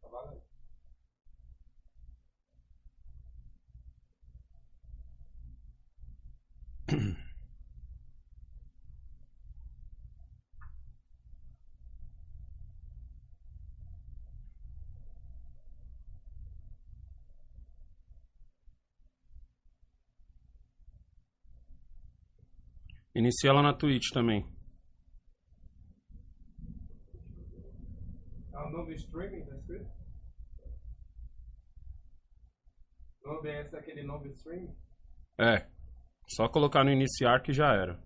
Inicia ela na Twitch também. Novo streaming, tá escrito? No OBS é aquele novo streaming? É. Só colocar no iniciar que já era.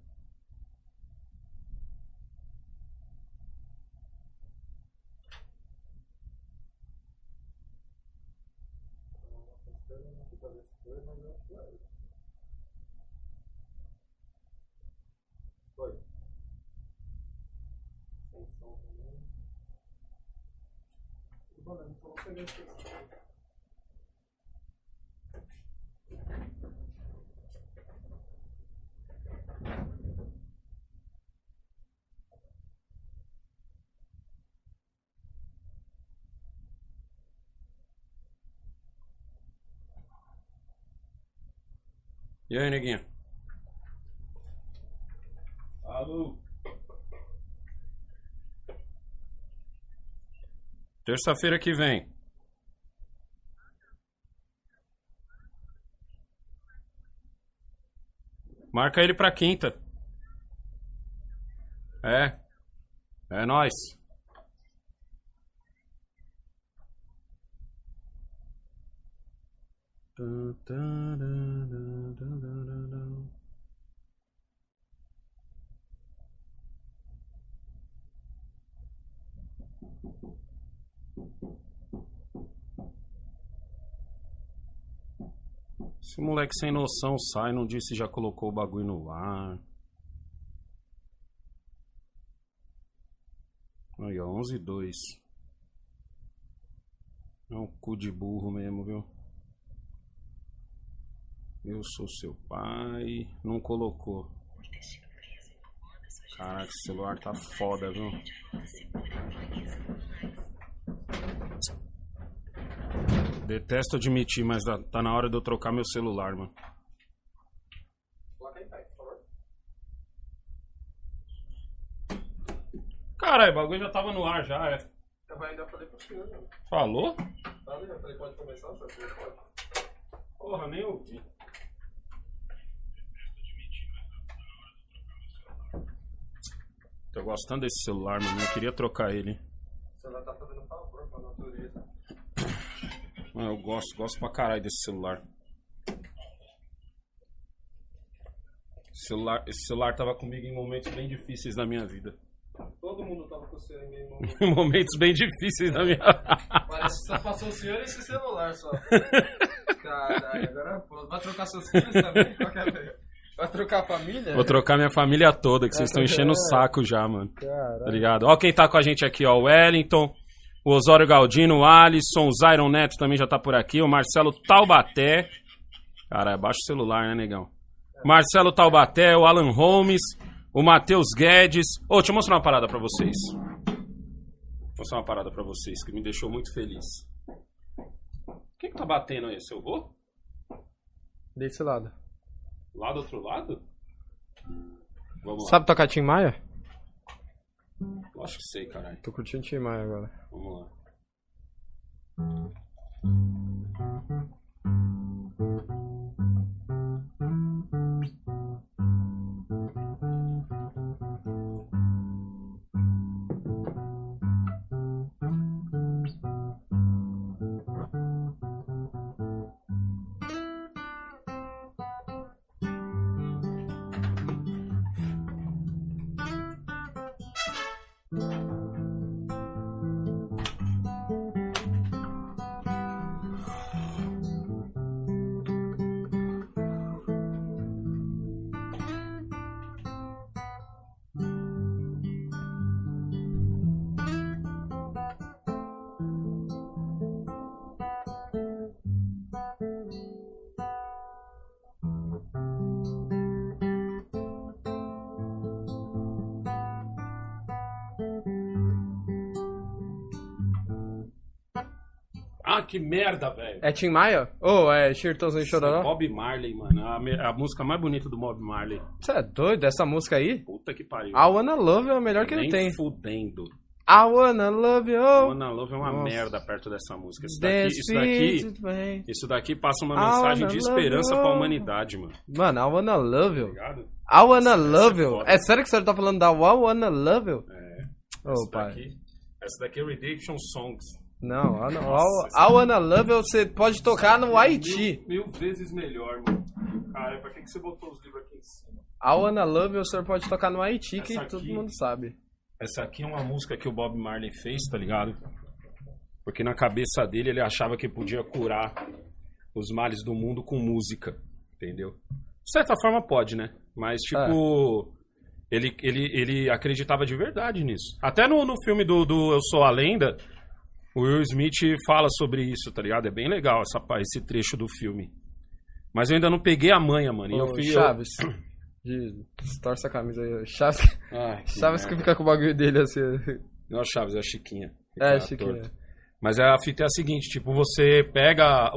E aí, neguinho? Alô? Terça-feira que vem. Marca ele pra quinta. É nóis. Esse moleque sem noção sai, não disse já colocou o bagulho no ar. Aí, ó, 11:02. É um cu de burro mesmo, viu? Eu sou seu pai. Não colocou. Caraca, esse celular tá foda, viu? Detesto admitir, mas tá na hora de eu trocar meu celular, mano. Caralho, o bagulho já tava no ar já, é. Eu ainda falei pro senhor, né? Falou? Falei, eu falei, pode começar, só que pode. Porra, nem ouvi. Tô gostando desse celular, mano. Eu queria trocar ele. O celular tá fazendo favor com a natureza. Eu gosto pra caralho desse celular. Esse celular tava comigo em momentos bem difíceis da minha vida. Todo mundo tava com o senhor em momento. Em momentos bem difíceis da minha vida. Parece que só passou o senhor e esse celular só. Caralho, agora vai trocar seus filhos também? Vai trocar a família? Vou trocar minha família toda, que vocês estão enchendo o saco já, mano. Caralho. Tá ligado? Ó quem tá com a gente aqui, ó. O Wellington, o Osório Galdino, o Alisson, o Zairon Neto também já tá por aqui. O Marcelo Taubaté. Cara, baixa o celular, né, negão? Marcelo Taubaté, o Alan Holmes, o Matheus Guedes. Ô, deixa eu mostrar uma parada pra vocês. Vou mostrar uma parada pra vocês que me deixou muito feliz. Quem que tá batendo aí? Seu vô? Desse lado. Lá do outro lado? Vamos lá. Sabe tocar Tim Maia? Acho que sei, caralho. Tô curtindo Tim Maia agora. Vamos lá. que merda, velho. É Tim Maia? Ou é Chitãozinho Chororó? Bob Marley, mano. A música mais bonita do Bob Marley. Você é doido? Essa música aí? Puta que pariu. I Wanna Love You é a melhor que ele Nem tem. fudendo. I Wanna Love You. I Wanna Love é uma Nossa. merda perto dessa música. Isso daqui passa uma I mensagem wanna de love esperança you. pra humanidade, mano. Mano, I Wanna Love You. Ligado? I Wanna Essa Love é You. foda. É sério que você tá falando da I Wanna Love You? É. Ô, pai. Essa daqui é Redemption Songs. Não, Nossa, I Wanna Love You você pode tocar no Haiti. Mil vezes melhor, mano. Cara, pra que você botou os livros aqui em cima? I Wanna Love You você pode tocar no Haiti, que Essa aqui- todo mundo sabe. Essa aqui é uma música que o Bob Marley fez, tá ligado? Porque na cabeça dele ele achava que podia curar os males do mundo com música, entendeu? De certa forma pode, né? Mas, tipo, ele acreditava de verdade nisso. Até no filme do Eu Sou a Lenda, o Will Smith fala sobre isso, tá ligado? É bem legal esse trecho do filme. Mas eu ainda não peguei a manha, mano. E eu fui... Chaves. Torce a camisa aí. Chaves, Ai, que Chaves que merda. fica com o bagulho dele assim. Não, Chaves, é a Chiquinha. É, Fica Chiquinha. torto. Mas a fita é a seguinte, tipo, você pega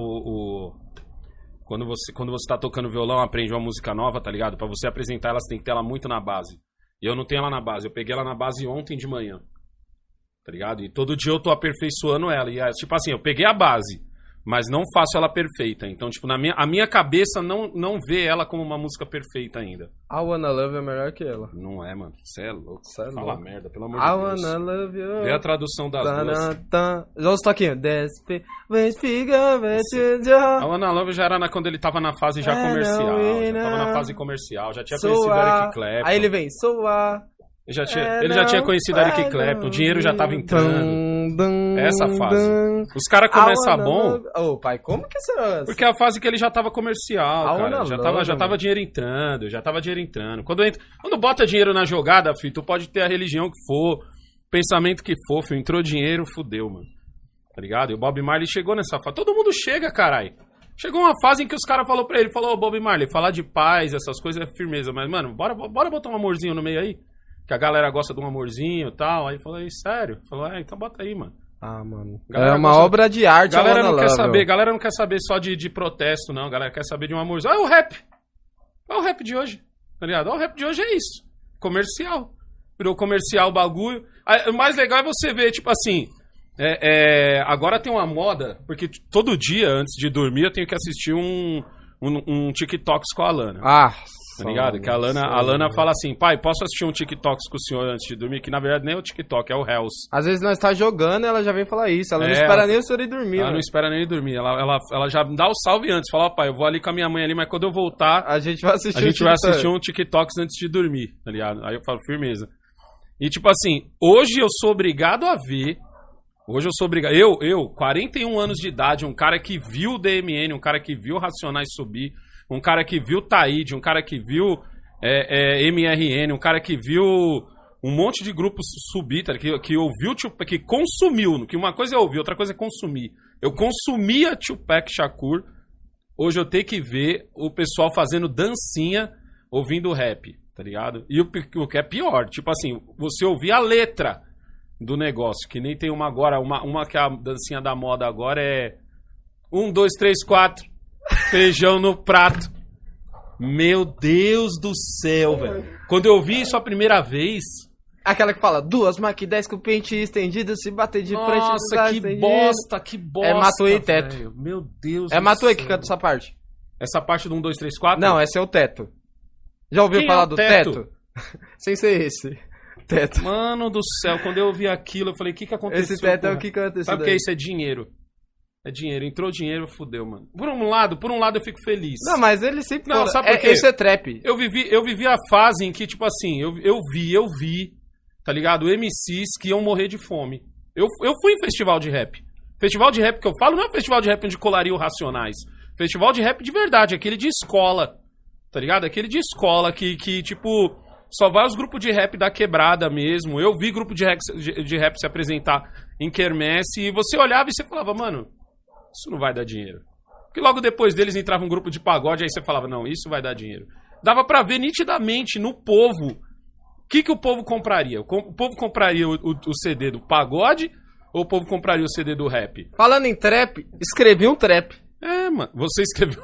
Quando você tá tocando violão, aprende uma música nova, tá ligado? Pra você apresentar ela, você tem que ter ela muito na base. E eu não tenho ela na base. Eu peguei ela na base ontem de manhã. Tá ligado? E todo dia eu tô aperfeiçoando ela. E é, tipo assim, eu peguei a base, mas não faço ela perfeita. Então, tipo, a minha cabeça não vê ela como uma música perfeita ainda. I Wanna Love You é melhor que ela. Não é, mano. Você é louco. Cê é Fala louco. merda, pelo amor I de Deus. Wanna Love You. Vê a tradução das duas. Já os toquinhos. Despe, vem, fica, vem, A Wanna Love já era quando ele tava na fase já comercial. Já tava na fase comercial. Já tinha conhecido o Eric Clapton. Aí ele vem, soa. Ele já tinha conhecido o Eric Clapton. O dinheiro já tava entrando. Essa fase. Os caras começam bom. Ô, pai, como que será? Porque é a fase que ele já tava comercial, cara. Já tava mano. dinheiro entrando, já tava dinheiro entrando. Quando bota dinheiro na jogada, filho, tu pode ter a religião que for, pensamento que for, filho. Entrou dinheiro, fudeu, mano. Tá ligado? E o Bob Marley chegou nessa fase. Todo mundo chega, caralho. Chegou uma fase em que os caras falaram pra ele, ô Bob Marley, falar de paz, essas coisas é firmeza. Mas, mano, bora botar um amorzinho no meio aí? Que a galera gosta de um amorzinho e tal. Aí falou, sério? Falou, então bota aí, mano. Ah, mano. Galera É uma obra de arte. Galera não quer saber, galera não quer saber só de protesto, não. Galera quer saber de um amorzinho. Olha o rap. Olha o rap de hoje. Tá ligado? Olha o rap de hoje é isso. Comercial. Virou comercial o bagulho. Aí, o mais legal é você ver, tipo assim. Agora tem uma moda, porque todo dia, antes de dormir, eu tenho que assistir um TikToks com a Lana. Ah, tá ligado? Que a Lana fala assim, pai, posso assistir um TikToks com o senhor antes de dormir? Que na verdade nem é o TikTok, é o Hells. Às vezes nós tá jogando e ela já vem falar isso. Ela não espera nem o senhor ir dormir. Ela não espera nem ele dormir. Ela já dá o salve antes. Fala, pai, eu vou ali com a minha mãe ali, mas quando eu voltar, a gente vai assistir um TikToks antes de dormir, tá ligado? Aí eu falo, firmeza. E tipo assim, hoje eu sou obrigado a ver. Eu, 41 anos de idade, um cara que viu o DMN, um cara que viu Racionais subir, um cara que viu Taíde, um cara que viu MRN, um cara que viu um monte de grupos subir, tá, que ouviu, que consumiu, que uma coisa é ouvir, outra coisa é consumir. Eu consumia Tupac Shakur, hoje eu tenho que ver o pessoal fazendo dancinha ouvindo rap, tá ligado? E o que é pior, tipo assim, você ouvir a letra do negócio, que nem tem uma agora, uma que é a dancinha da moda agora é 1, 2, 3, 4, feijão no prato. Meu Deus do céu, velho. Quando eu vi isso a primeira vez... Aquela que fala, 2 Mac 10 com o pente estendido, se bater de frente... Nossa, que bosta. É Matuê e Teto. Véio. Meu Deus É Matuê que canta essa parte. Essa parte do 1, 2, 3, 4? Não, esse é o Teto. Já ouviu falar do Teto? Sem ser esse. Teto. Mano do céu, quando eu vi aquilo, eu falei, o que aconteceu? Esse Teto é o que canta esse Sabe o que é isso? É dinheiro. É dinheiro. Entrou dinheiro, fudeu, mano. Por um lado eu fico feliz. Não, mas ele sempre... Não, sabe por quê? Esse é trap. Eu vivi a fase em que, tipo assim, eu vi, tá ligado? MCs que iam morrer de fome. Eu fui em festival de rap. Festival de rap que eu falo não é festival de rap onde colaria o Racionais. Festival de rap de verdade, aquele de escola. Tá ligado? Aquele de escola que tipo... Só vai os grupos de rap da quebrada mesmo. Eu vi grupo de rap se apresentar em quermesse e você olhava e você falava, mano, isso não vai dar dinheiro. Porque logo depois deles entrava um grupo de pagode, aí você falava, não, isso vai dar dinheiro. Dava pra ver nitidamente no povo o que o povo compraria. O povo compraria o CD do pagode ou o povo compraria o CD do rap? Falando em trap, escrevi um trap. É, mano, você escreveu...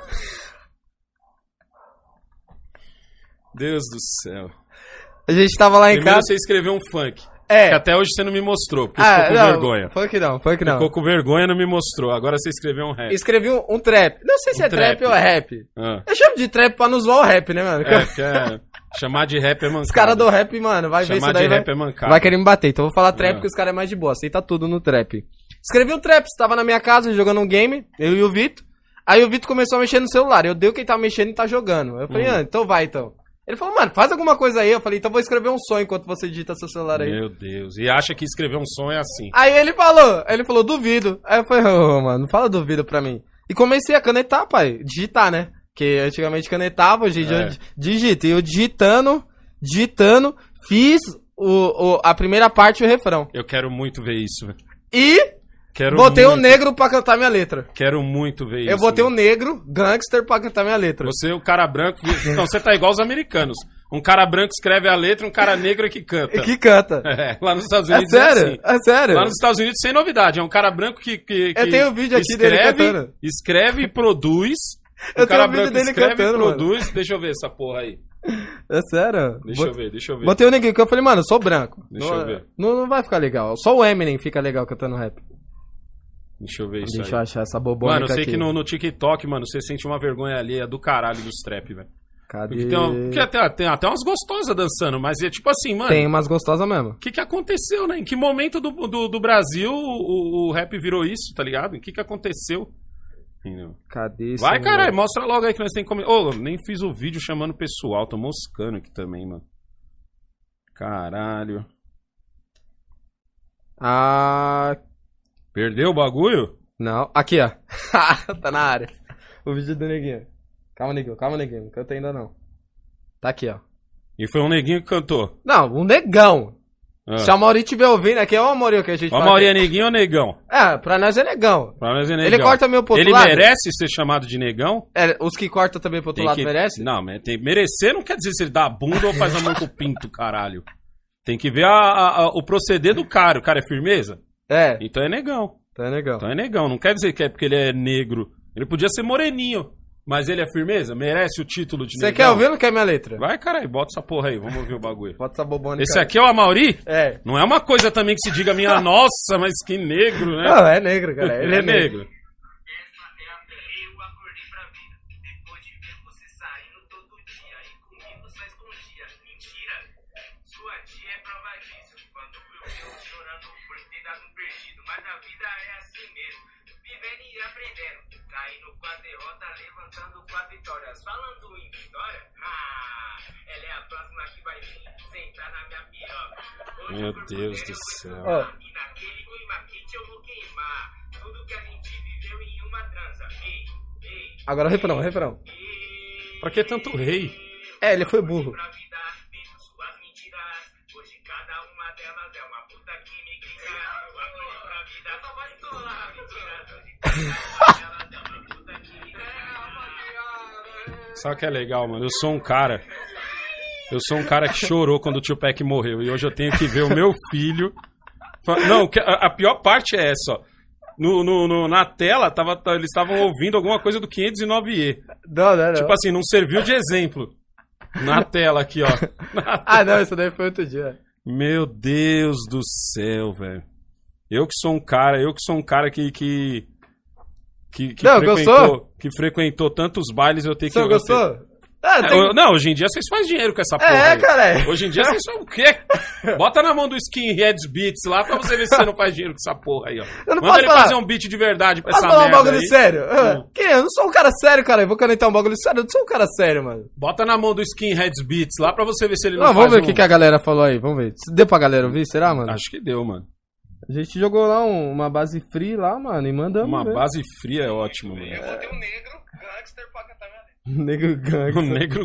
Deus do céu. A gente tava lá em Primeiro casa... você escreveu um funk. É. Que até hoje você não me mostrou, porque ficou com vergonha. Funk não. Ficou com vergonha e não me mostrou. Agora você escreveu um rap. Escrevi um trap. Não sei se é trap ou é rap. Ah. Eu chamo de trap pra não zoar o rap, né, mano? Chamar de rap é mancada. Os caras do rap, mano, vai ver isso daí. Chamar de rap é mancada. Vai querer me bater. Então eu vou falar trap porque os caras é mais de boa. Aceita tudo no trap. Escrevi um trap, estava na minha casa jogando um game, eu e o Vitor. Aí o Vitor começou a mexer no celular. Eu dei o que ele tava mexendo e tá jogando. Eu falei, então vai então. Ele falou, mano, faz alguma coisa aí. Eu falei, então vou escrever um som enquanto você digita seu celular aí. Meu Deus. E acha que escrever um som é assim. Aí ele falou, duvido. Aí eu falei, mano, não fala duvido pra mim. E comecei a canetar, pai. Digitar, né? Porque antigamente canetava, hoje em dia eu digito. E eu digitando, fiz a primeira parte e o refrão. Eu quero muito ver isso, velho. E Quero botei muito. um negro pra cantar minha letra. Quero muito ver isso. Eu botei um negro, gangster, pra cantar minha letra. Você, o cara branco... Então, você tá igual os americanos. Um cara branco escreve a letra, um cara negro é que canta. Que canta. É, lá nos Estados Unidos sério? assim. É sério? Lá nos Estados Unidos, sem novidade. É um cara branco que Eu tenho um vídeo aqui dele cantando. Escreve e produz. Eu tenho cara um vídeo branco dele escreve cantando, e produz. Deixa eu ver essa porra aí. É sério? Deixa eu ver. Botei o neguinho que eu falei, mano, eu sou branco. Deixa eu ver. Não vai ficar legal. Só o Eminem fica legal cantando rap. Deixa eu ver isso Deixa eu aí. achar essa bobona Mano, eu sei aqui. que no TikTok, mano, você sente uma vergonha alheia do caralho dos trap, velho. Cadê? Porque tem até umas gostosas dançando, mas é tipo assim, mano. Tem umas gostosas mesmo. O que aconteceu, né? Em que momento do Brasil o rap virou isso, tá ligado? O que aconteceu? Entendeu? Cadê isso? Vai, caralho, mostra logo aí que nós temos que comer. Ô, nem fiz o vídeo chamando o pessoal, tô moscando aqui também, mano. Caralho. Perdeu o bagulho? Não, aqui, ó. Tá na área. O vídeo do neguinho. Calma, neguinho. Não canta ainda não. Tá aqui, ó. E foi um neguinho que cantou. Não, um negão. Se a Mauri estiver ouvindo, aqui é o Mauri que a gente fala. O Mauri é neguinho ou negão? É, pra nós é negão. Pra nós é negão. Ele corta meio pro outro Ele lado. merece ser chamado de negão? É, os que cortam também pro outro lado merecem? Não, mas merecer não quer dizer se ele dá a bunda ou faz a mão com o pinto, caralho. Tem que ver o proceder do cara. O cara é firmeza? É. Então é negão. Então é negão. Não quer dizer que é porque ele é negro. Ele podia ser moreninho. Mas ele é firmeza? Merece o título de negão? Você quer ouvir ou não quer minha letra? Vai, caralho, bota essa porra aí. Vamos ouvir o bagulho. Bota essa bobona aí. Esse aqui é o Amauri? É. Não é uma coisa também que se diga minha nossa, mas que negro, né? Não, é negro, cara. Ele é negro. Caindo com a derrota, levantando com a vitória. Falando em vitória, ela é a próxima que vai vir sentar na minha piroca. Meu Deus do céu. E naquele clima-quente eu vou queimar tudo que a gente viveu em uma transa. Ei. Agora o refrão. Pra que tanto rei? É, ele foi burro. Hoje cada uma delas é uma puta que me grita. Eu acordo pra vida, só vai estourar. Sabe o que é legal, mano? Eu sou um cara que chorou quando o tio Peck morreu. E hoje eu tenho que ver o meu filho. Não, a pior parte é essa, ó. Na tela, eles estavam ouvindo alguma coisa do 509E. Não. Tipo assim, não serviu de exemplo. Na tela aqui, ó. Não, isso daí foi outro dia. Meu Deus do céu, velho. Eu que sou um cara que frequentou tantos bailes, eu tenho que... Você gostou? Não, hoje em dia vocês fazem dinheiro com essa porra aí. Cara. Hoje em dia vocês são o quê? Bota na mão do Skinheads Beats lá pra você ver se você não faz dinheiro com essa porra aí, ó. Manda ele fazer um beat de verdade pra essa merda aí. Posso falar um bagulho sério? Eu não sou um cara sério, cara. Eu vou canetar um bagulho sério. Eu não sou um cara sério, mano. Bota na mão do Skinheads Beats lá pra você ver se ele não faz vamos ver o que a galera falou aí. Vamos ver. Deu pra galera ouvir, será, mano? Acho que deu, mano. A gente jogou lá uma base free lá, mano, e mandamos. Uma base fria é ótimo, mano. Eu botei um negro gangster pra cantar minha letra. Negro gangster. O negro...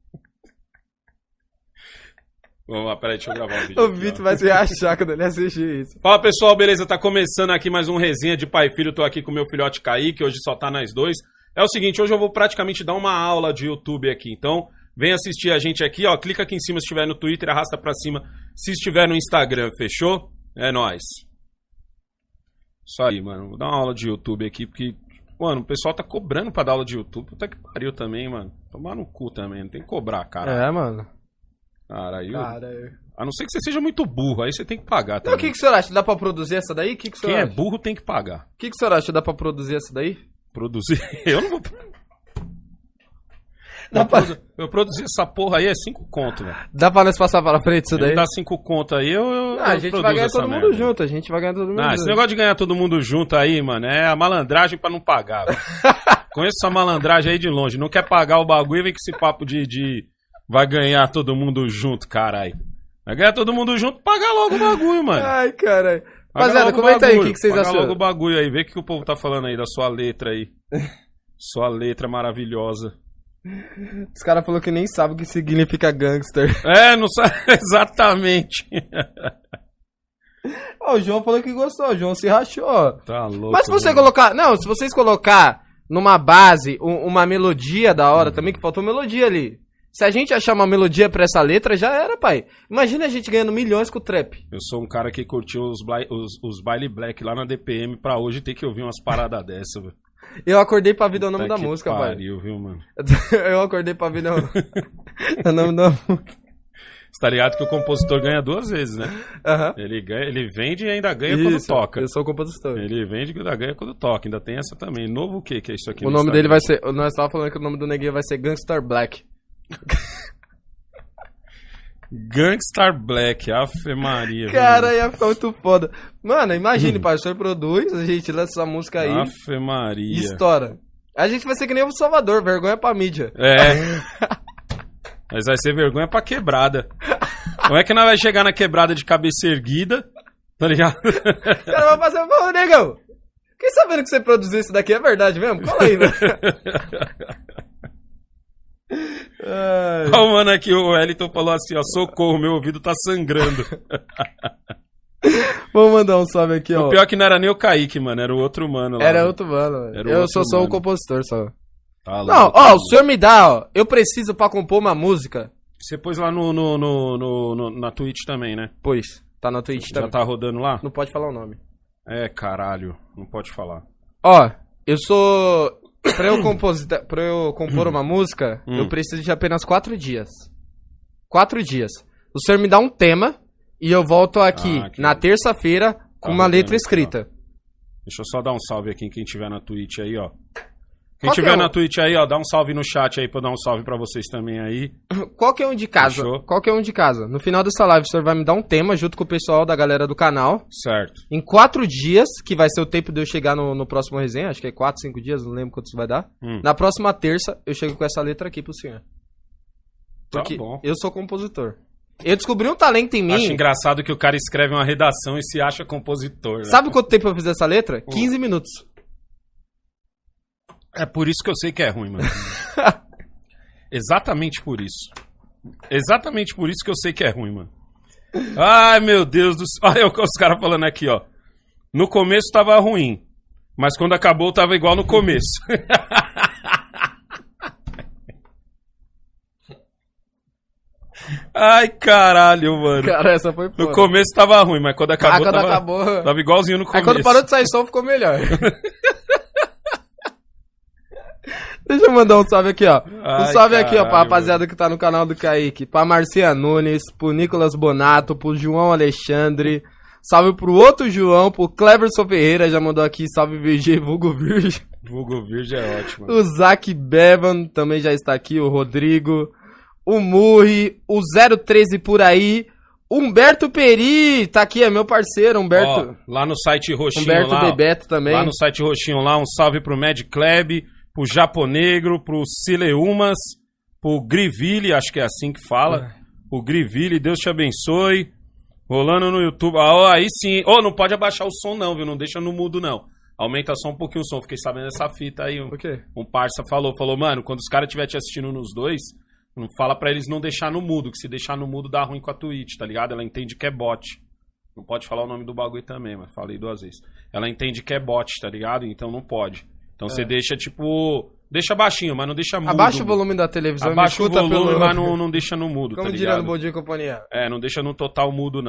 Vamos lá, peraí, deixa eu gravar um vídeo. O Vitor vai se achar quando ele assistir isso. Fala, pessoal, beleza? Tá começando aqui mais um resenha de pai e filho. Tô aqui com o meu filhote Kaique, hoje só tá nós dois. É o seguinte, hoje eu vou praticamente dar uma aula de YouTube aqui. Então, vem assistir a gente aqui, ó. Clica aqui em cima se estiver no Twitter, arrasta pra cima se estiver no Instagram, fechou? É nóis. Isso aí, mano. Vou dar uma aula de YouTube aqui, porque, mano, o pessoal tá cobrando pra dar aula de YouTube. Puta que pariu também, mano. Tomar no cu também, não tem que cobrar, cara. É, mano. Caralho. Caralho. A não ser que você seja muito burro, aí você tem que pagar Não, também. o que o senhor acha? Dá pra produzir essa daí? O que o senhor Quem é acha? burro tem que pagar. O que o senhor acha? Dá pra produzir essa daí? Produzir. Eu não vou. Dá pra... Eu produzi essa porra aí é 5 conto, velho. Dá pra nós passar pra frente isso daí? Ele dá 5 conto aí, Não, a gente vai ganhar todo mundo junto. A gente vai ganhar todo mundo Não, esse junto. negócio de ganhar todo mundo junto aí, mano, é a malandragem pra não pagar, velho. Conheço essa malandragem aí de longe. Não quer pagar o bagulho e vem com esse papo de vai ganhar todo mundo junto, caralho. Vai ganhar todo mundo junto, paga logo o bagulho, mano. Ai, caralho. Paga Rapaziada, logo o comenta aí o bagulho, que vocês paga acham. logo o bagulho aí, vê o que o povo tá falando aí da sua letra aí. Sua letra maravilhosa. Os caras falaram que nem sabem o que significa gangster. É, não sabe exatamente. Ó, o João falou que gostou, o João se rachou. Tá louco. Mas se você mano. colocar... Não, se vocês colocar numa base uma melodia da hora também, que faltou melodia ali. Se a gente achar uma melodia pra essa letra, já era, pai. Imagina a gente ganhando milhões com o trap. Eu sou um cara que curtiu os baile black lá na DPM pra hoje ter que ouvir umas paradas dessa, velho. Eu acordei pra vida o nome Puta da que música, pariu, viu, mano? pai. Eu acordei pra vida o nome da música. Você tá ligado que o compositor ganha 2 vezes, né? Aham. Ele vende e ainda ganha quando Isso, toca. eu sou o compositor. Ele vende e ainda ganha quando toca. Ainda tem essa também. Novo o que é isso aqui? O no nome dele Instagram? vai ser... Nós tava falando que o nome do neguinho vai ser Gangstar Black. Gangstar Black, Ave Maria. Cara, ia ficar muito foda. Mano, imagine, pai, o senhor produz, a gente lança essa música aí Ave e Maria. estoura. A gente vai ser que nem o Salvador, vergonha pra mídia. É. Mas vai ser vergonha pra quebrada. Como é que nós vai chegar na quebrada de cabeça erguida? Tá ligado? O cara vai fazer, ô, negão, quem sabendo que você produziu isso daqui é verdade mesmo? Cola aí, velho. Ai. Ó, mano, aqui o Wellington falou assim, ó, socorro, meu ouvido tá sangrando. Vamos mandar um salve aqui, ó. O pior é que não era nem o Kaique, mano, era o outro mano lá. Era mano. outro mano, velho. Era o Eu outro sou só o mano. compositor, só. Tá Não, louco, ó, tá o senhor me dá, ó. Eu preciso pra compor uma música. Você pôs lá na Twitch também, né? Pois, tá na Twitch Já também. tá rodando lá? Não pode falar o nome. É, caralho, não pode falar. Ó, eu sou... Pra eu compor uma música, eu preciso de apenas 4 dias. 4 dias. O senhor me dá um tema e eu volto aqui Ah, que na terça-feira com uma rodando letra aqui, escrita. Deixa eu só dar um salve aqui em quem tiver na Twitch aí, ó. Quem Qual que tiver é o- na Twitch aí, ó, dá um salve no chat aí pra eu dar um salve pra vocês também aí. Qualquer um de casa. Fechou. Qualquer um de casa. No final dessa live, o senhor vai me dar um tema junto com o pessoal da galera do canal. Certo. Em 4 dias, que vai ser o tempo de eu chegar no próximo resenha, acho que é 4, 5 dias, não lembro quanto isso vai dar. Na próxima terça, eu chego com essa letra aqui pro senhor. Porque Tá bom. eu sou compositor. Eu descobri um talento em mim. Acho engraçado que o cara escreve uma redação e se acha compositor, né? Sabe quanto tempo eu fiz essa letra? 15 minutos. É por isso que eu sei que é ruim, mano. Exatamente por isso. Exatamente por isso que eu sei que é ruim, mano. Ai, meu Deus do céu. Olha os caras falando aqui, ó. No começo tava ruim, mas quando acabou tava igual no começo. Ai, caralho, mano. Cara, essa foi No foda. começo tava ruim, mas quando acabou, quando tava, acabou- tava igualzinho no Aí começo. quando parou de sair som, ficou melhor. Deixa eu mandar um salve aqui, ó. Um Ai, salve aqui, ó, pra caralho, rapaziada que tá no canal do Kaique. Pra Marcia Nunes, pro Nicolas Bonato, pro João Alexandre. Salve pro outro João, pro Cleverson Ferreira, já mandou aqui. Salve VG, vulgo virgem. Vulgo Virgem é ótimo. O Zac Bevan também já está aqui, o Rodrigo. O Murri, o 013 por aí. Humberto Peri, tá aqui, é meu parceiro, Humberto. Ó, lá no site roxinho Humberto lá, ó, Bebeto também. lá no site roxinho lá, um salve pro Mad Kleb, pro Japonegro, pro Sileumas, pro Griville, acho que é assim que fala. O Griville, Deus te abençoe. Rolando no YouTube. Ó, aí sim. Ó, não pode abaixar o som não, viu? Não deixa no mudo não. Aumenta só um pouquinho o som. Fiquei sabendo dessa fita aí. O quê? Um parça falou, mano, quando os caras estiverem te assistindo nos dois, não fala pra eles não deixar no mudo, que se deixar no mudo dá ruim com a Twitch, tá ligado? Ela entende que é bot. Não pode falar o nome do bagulho também, mas falei 2 vezes. Ela entende que é bot, tá ligado? Então não pode. Então você deixa, tipo... Deixa baixinho, mas não deixa mudo. Abaixa o volume da televisão e me Abaixa o escuta volume, pelo... mas não deixa no mudo, Como tá diria no ligado? Bom Dia e Companhia. É, não deixa no total mudo, não.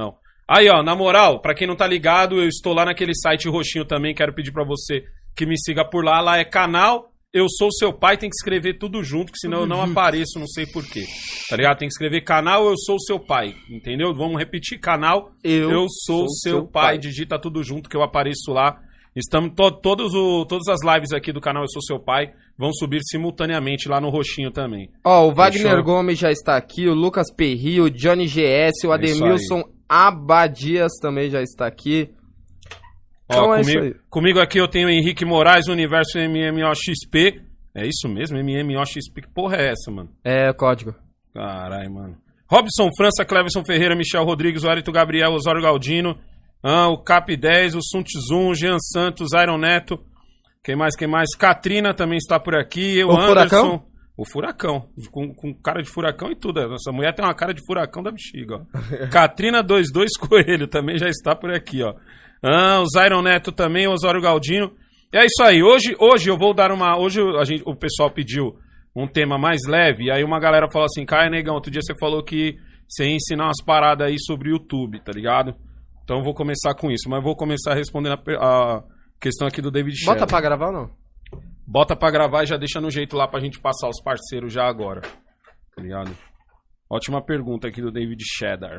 Aí, ó, na moral, pra quem não tá ligado, eu estou lá naquele site roxinho também, quero pedir pra você que me siga por lá. Lá é canal Eu Sou Seu Pai, tem que escrever tudo junto, que senão eu não apareço, não sei porquê. Tá ligado? Tem que escrever canal Eu Sou Seu Pai, entendeu? Vamos repetir, canal Eu Sou Seu Pai. Digita tudo junto que eu apareço lá. Estamos todas as lives aqui do canal Eu Sou Seu Pai vão subir simultaneamente lá no roxinho também. Ó, o Wagner Fechou? Gomes já está aqui, o Lucas Perri, o Johnny GS, o É isso Ademilson Abadias também já está aqui. Ó, Então é isso aí. comigo aqui eu tenho o Henrique Moraes, Universo MMOXP. É isso mesmo? MMOXP? Que porra é essa, mano? É, código. Caralho, mano. Robson França, Cleverson Ferreira, Michel Rodrigues, o Arito Gabriel, Osório Galdino, o Cap 10, o Sun Tzum, o Jean Santos, Iron Neto. Quem mais? Katrina também está por aqui. O Furacão? O Furacão. Com cara de furacão e tudo. Essa mulher tem uma cara de furacão da bexiga, ó. Katrina 22 Coelho também já está por aqui, ó. O Iron Neto também, o Osório Galdino. E é isso aí. Hoje eu vou dar uma... Hoje o pessoal pediu um tema mais leve. E aí uma galera falou assim, Caio Negão, outro dia você falou que você ia ensinar umas paradas aí sobre o YouTube, tá ligado? Então eu vou começar com isso. Mas vou começar respondendo a questão aqui do David Shedd. Bota pra gravar ou não? Bota pra gravar e já deixa no jeito lá pra gente passar os parceiros já agora. Tá ligado? Ótima pergunta aqui do David Cheddar.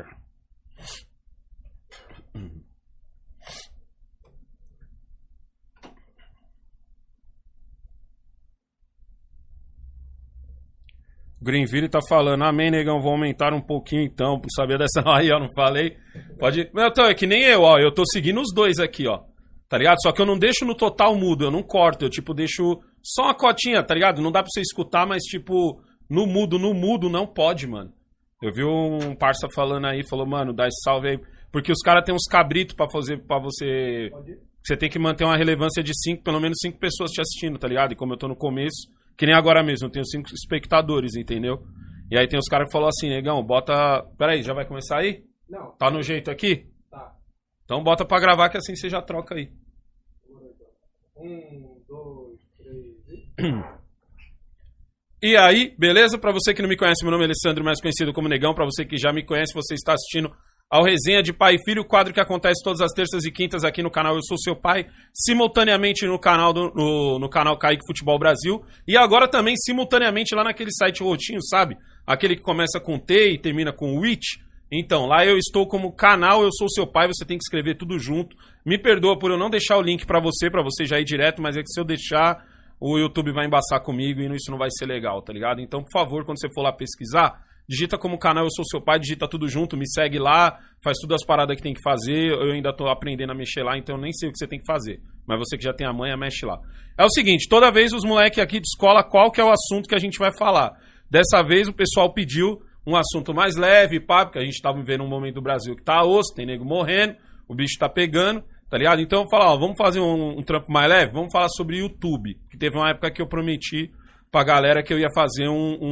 Greenville tá falando, amém, negão, vou aumentar um pouquinho então, pra saber dessa aí, ó, não falei. Pode. Então, é que nem eu, ó, eu tô seguindo os dois aqui, ó. Tá ligado? Só que eu não deixo no total mudo, eu não corto, eu tipo deixo só uma cotinha, tá ligado? Não dá pra você escutar, mas tipo, no mudo não pode, mano. Eu vi um parça falando aí, falou, mano, dá esse salve aí, porque os caras têm uns cabritos pra fazer, pra você... Você tem que manter uma relevância de pelo menos 5 pessoas te assistindo, tá ligado? E como eu tô no começo, que nem agora mesmo, eu tenho 5 espectadores, entendeu? E aí tem os caras que falam assim, negão, bota... Peraí, já vai começar aí? Não. Tá no jeito aqui? Tá. Então bota pra gravar que assim você já troca aí. 1, 2, 3 e... E aí, beleza? Pra você que não me conhece, meu nome é Alessandro, mais conhecido como Negão. Pra você que já me conhece, você está assistindo ao Resenha de Pai e Filho, quadro que acontece todas as terças e quintas aqui no canal Eu Sou Seu Pai, simultaneamente no canal no canal Kaique Futebol Brasil, e agora também simultaneamente lá naquele site rotinho, sabe? Aquele que começa com T e termina com Witch. Então, lá eu estou como canal Eu Sou Seu Pai, você tem que escrever tudo junto. Me perdoa por eu não deixar o link pra você já ir direto, mas é que se eu deixar, o YouTube vai embaçar comigo e isso não vai ser legal, tá ligado? Então, por favor, quando você for lá pesquisar, digita como canal Eu Sou Seu Pai, digita tudo junto, me segue lá, faz tudo as paradas que tem que fazer. Eu ainda tô aprendendo a mexer lá, então eu nem sei o que você tem que fazer. Mas você que já tem a manha, mexe lá. É o seguinte, toda vez os moleques aqui de escola, qual que é o assunto que a gente vai falar? Dessa vez o pessoal pediu um assunto mais leve, pá, porque a gente tá vivendo um momento do Brasil que tá osso, tem nego morrendo, o bicho tá pegando, tá ligado? Então eu falo, ó, vamos fazer um trampo mais leve? Vamos falar sobre YouTube. Que teve uma época que eu prometi pra galera que eu ia fazer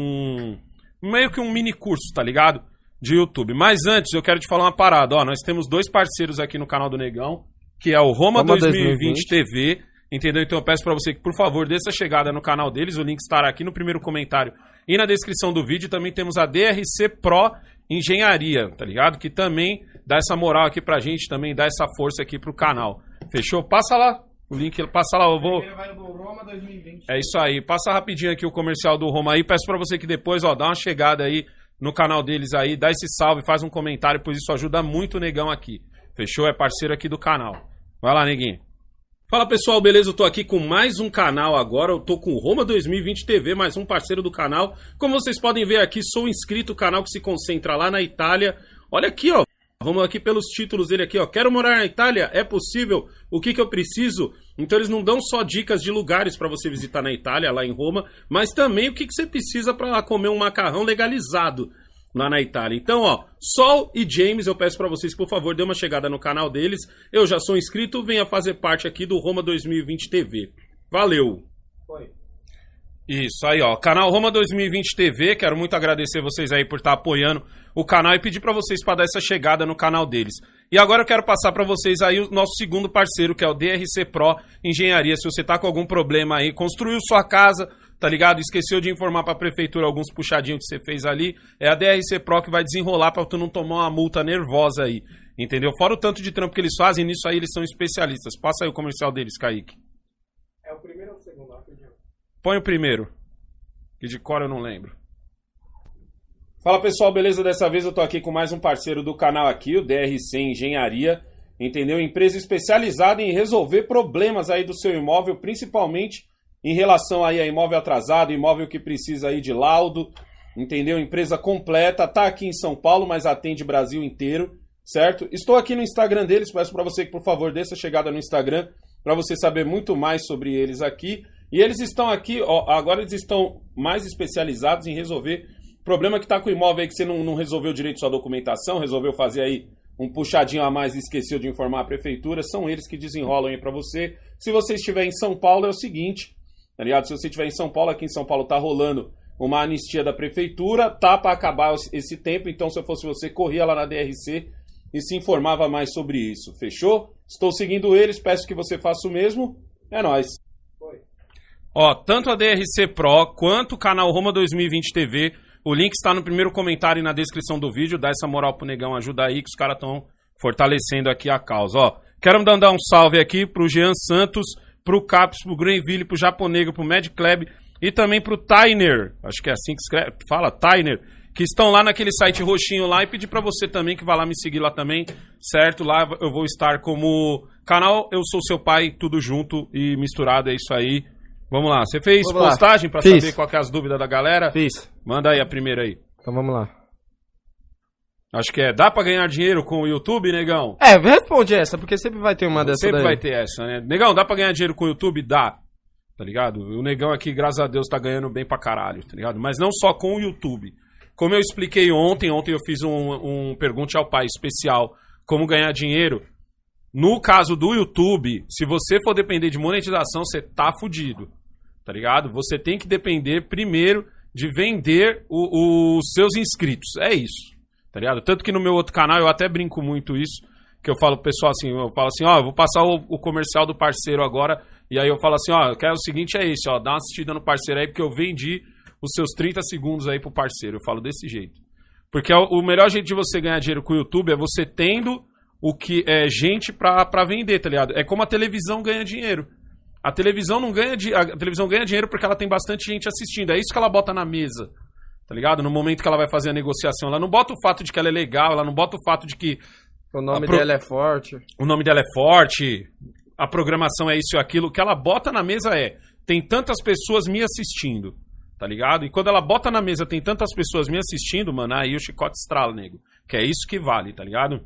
meio que um mini curso, tá ligado? De YouTube. Mas antes, eu quero te falar uma parada. Ó, nós temos 2 parceiros aqui no canal do Negão, que é o Roma 2020 TV, entendeu? Então eu peço pra você que, por favor, dê essa chegada no canal deles. O link estará aqui no primeiro comentário e na descrição do vídeo. Também temos a DRC Pro Engenharia, tá ligado? Que também dá essa moral aqui pra gente, também dá essa força aqui pro canal. Fechou? Passa lá. O link, passa lá, eu vou... Roma 2020. É isso aí, passa rapidinho aqui o comercial do Roma aí, peço pra você que depois, ó, dá uma chegada aí no canal deles aí, dá esse salve, faz um comentário, pois isso ajuda muito o Negão aqui, fechou? É parceiro aqui do canal. Vai lá, neguinho. Fala pessoal, beleza? Eu tô aqui com mais um canal agora, eu tô com o Roma 2020 TV, mais um parceiro do canal. Como vocês podem ver aqui, sou inscrito, canal que se concentra lá na Itália. Olha aqui, ó. Vamos aqui pelos títulos dele aqui, ó. Quero morar na Itália? É possível? O que eu preciso? Então eles não dão só dicas de lugares para você visitar na Itália, lá em Roma, mas também o que você precisa para comer um macarrão legalizado lá na Itália. Então, ó, Sol e James, eu peço para vocês que, por favor, dê uma chegada no canal deles. Eu já sou inscrito, venha fazer parte aqui do Roma 2020 TV. Valeu! Foi. Isso aí, ó, canal Roma 2020 TV, quero muito agradecer vocês aí por estar apoiando o canal e pedir pra vocês para dar essa chegada no canal deles. E agora eu quero passar pra vocês aí o nosso segundo parceiro, que é o DRC Pro Engenharia. Se você tá com algum problema aí, construiu sua casa, tá ligado? Esqueceu de informar pra prefeitura alguns puxadinhos que você fez ali, é a DRC Pro que vai desenrolar pra tu não tomar uma multa nervosa aí. Entendeu? Fora o tanto de trampo que eles fazem, nisso aí eles são especialistas. Passa aí o comercial deles, Kaique. É o primeiro ou o segundo? Põe o primeiro, que de cor eu não lembro. Fala pessoal, beleza? Dessa vez eu tô aqui com mais um parceiro do canal aqui, o DRC Engenharia, entendeu? Empresa especializada em resolver problemas aí do seu imóvel, principalmente em relação aí a imóvel atrasado, imóvel que precisa aí de laudo, entendeu? Empresa completa, tá aqui em São Paulo, mas atende Brasil inteiro, certo? Estou aqui no Instagram deles, peço para você que por favor dê essa chegada no Instagram para você saber muito mais sobre eles aqui. E eles estão aqui, ó, agora eles estão mais especializados em resolver problema que tá com o imóvel aí que você não resolveu direito sua documentação, resolveu fazer aí um puxadinho a mais e esqueceu de informar a prefeitura, são eles que desenrolam aí pra você. Se você estiver em São Paulo é o seguinte, tá ligado? Se você estiver em São Paulo, aqui em São Paulo tá rolando uma anistia da prefeitura, tá pra acabar esse tempo, então se eu fosse você, corria lá na DRC e se informava mais sobre isso, fechou? Estou seguindo eles, peço que você faça o mesmo, é nóis. Ó, tanto a DRC Pro quanto o canal Roma 2020 TV, o link está no primeiro comentário e na descrição do vídeo. Dá essa moral pro Negão, ajuda aí que os caras estão fortalecendo aqui a causa. Ó, quero mandar um salve aqui pro Jean Santos, pro Caps, pro Greenville, pro Japonegro, pro Mad Club e também pro Tyner, acho que é assim que escreve, fala, Tyner, que estão lá naquele site roxinho lá, e pedir pra você também que vá lá me seguir lá também, certo? Lá eu vou estar como canal Eu Sou Seu Pai, tudo junto e misturado, é isso aí. Vamos lá, você fez postagem pra saber qual que é as dúvidas da galera? Fiz. Manda aí a primeira aí. Então vamos lá. Acho que dá pra ganhar dinheiro com o YouTube, Negão? É, responde essa, porque sempre vai ter uma dessas Sempre daí. vai ter essa, né? Negão, dá pra ganhar dinheiro com o YouTube? Dá. Tá ligado? O Negão aqui, graças a Deus, tá ganhando bem pra caralho, tá ligado? Mas não só com o YouTube. Como eu expliquei ontem eu fiz um Pergunte ao Pai especial, como ganhar dinheiro. No caso do YouTube, se você for depender de monetização, você tá fudido. Tá ligado? Você tem que depender primeiro de vender os seus inscritos. É isso. Tá ligado? Tanto que no meu outro canal eu até brinco muito isso. Que eu falo pro pessoal assim, ó, eu vou passar o comercial do parceiro agora. E aí eu falo assim, ó, eu quero o seguinte, é esse, ó, dá uma assistida no parceiro aí, porque eu vendi os seus 30 segundos aí pro parceiro. Eu falo desse jeito. Porque o melhor jeito de você ganhar dinheiro com o YouTube é você tendo o que é gente pra vender, tá ligado? É como a televisão ganha dinheiro. A televisão não ganha a televisão ganha dinheiro porque ela tem bastante gente assistindo. É isso que ela bota na mesa, tá ligado? No momento que ela vai fazer a negociação. Ela não bota o fato de que ela é legal, ela não bota o fato de que o nome dela é forte. O nome dela é forte, a programação é isso e aquilo. O que ela bota na mesa é, tem tantas pessoas me assistindo, tá ligado? E quando ela bota na mesa, tem tantas pessoas me assistindo, mano, aí o chicote estrala, nego. Que é isso que vale, tá ligado?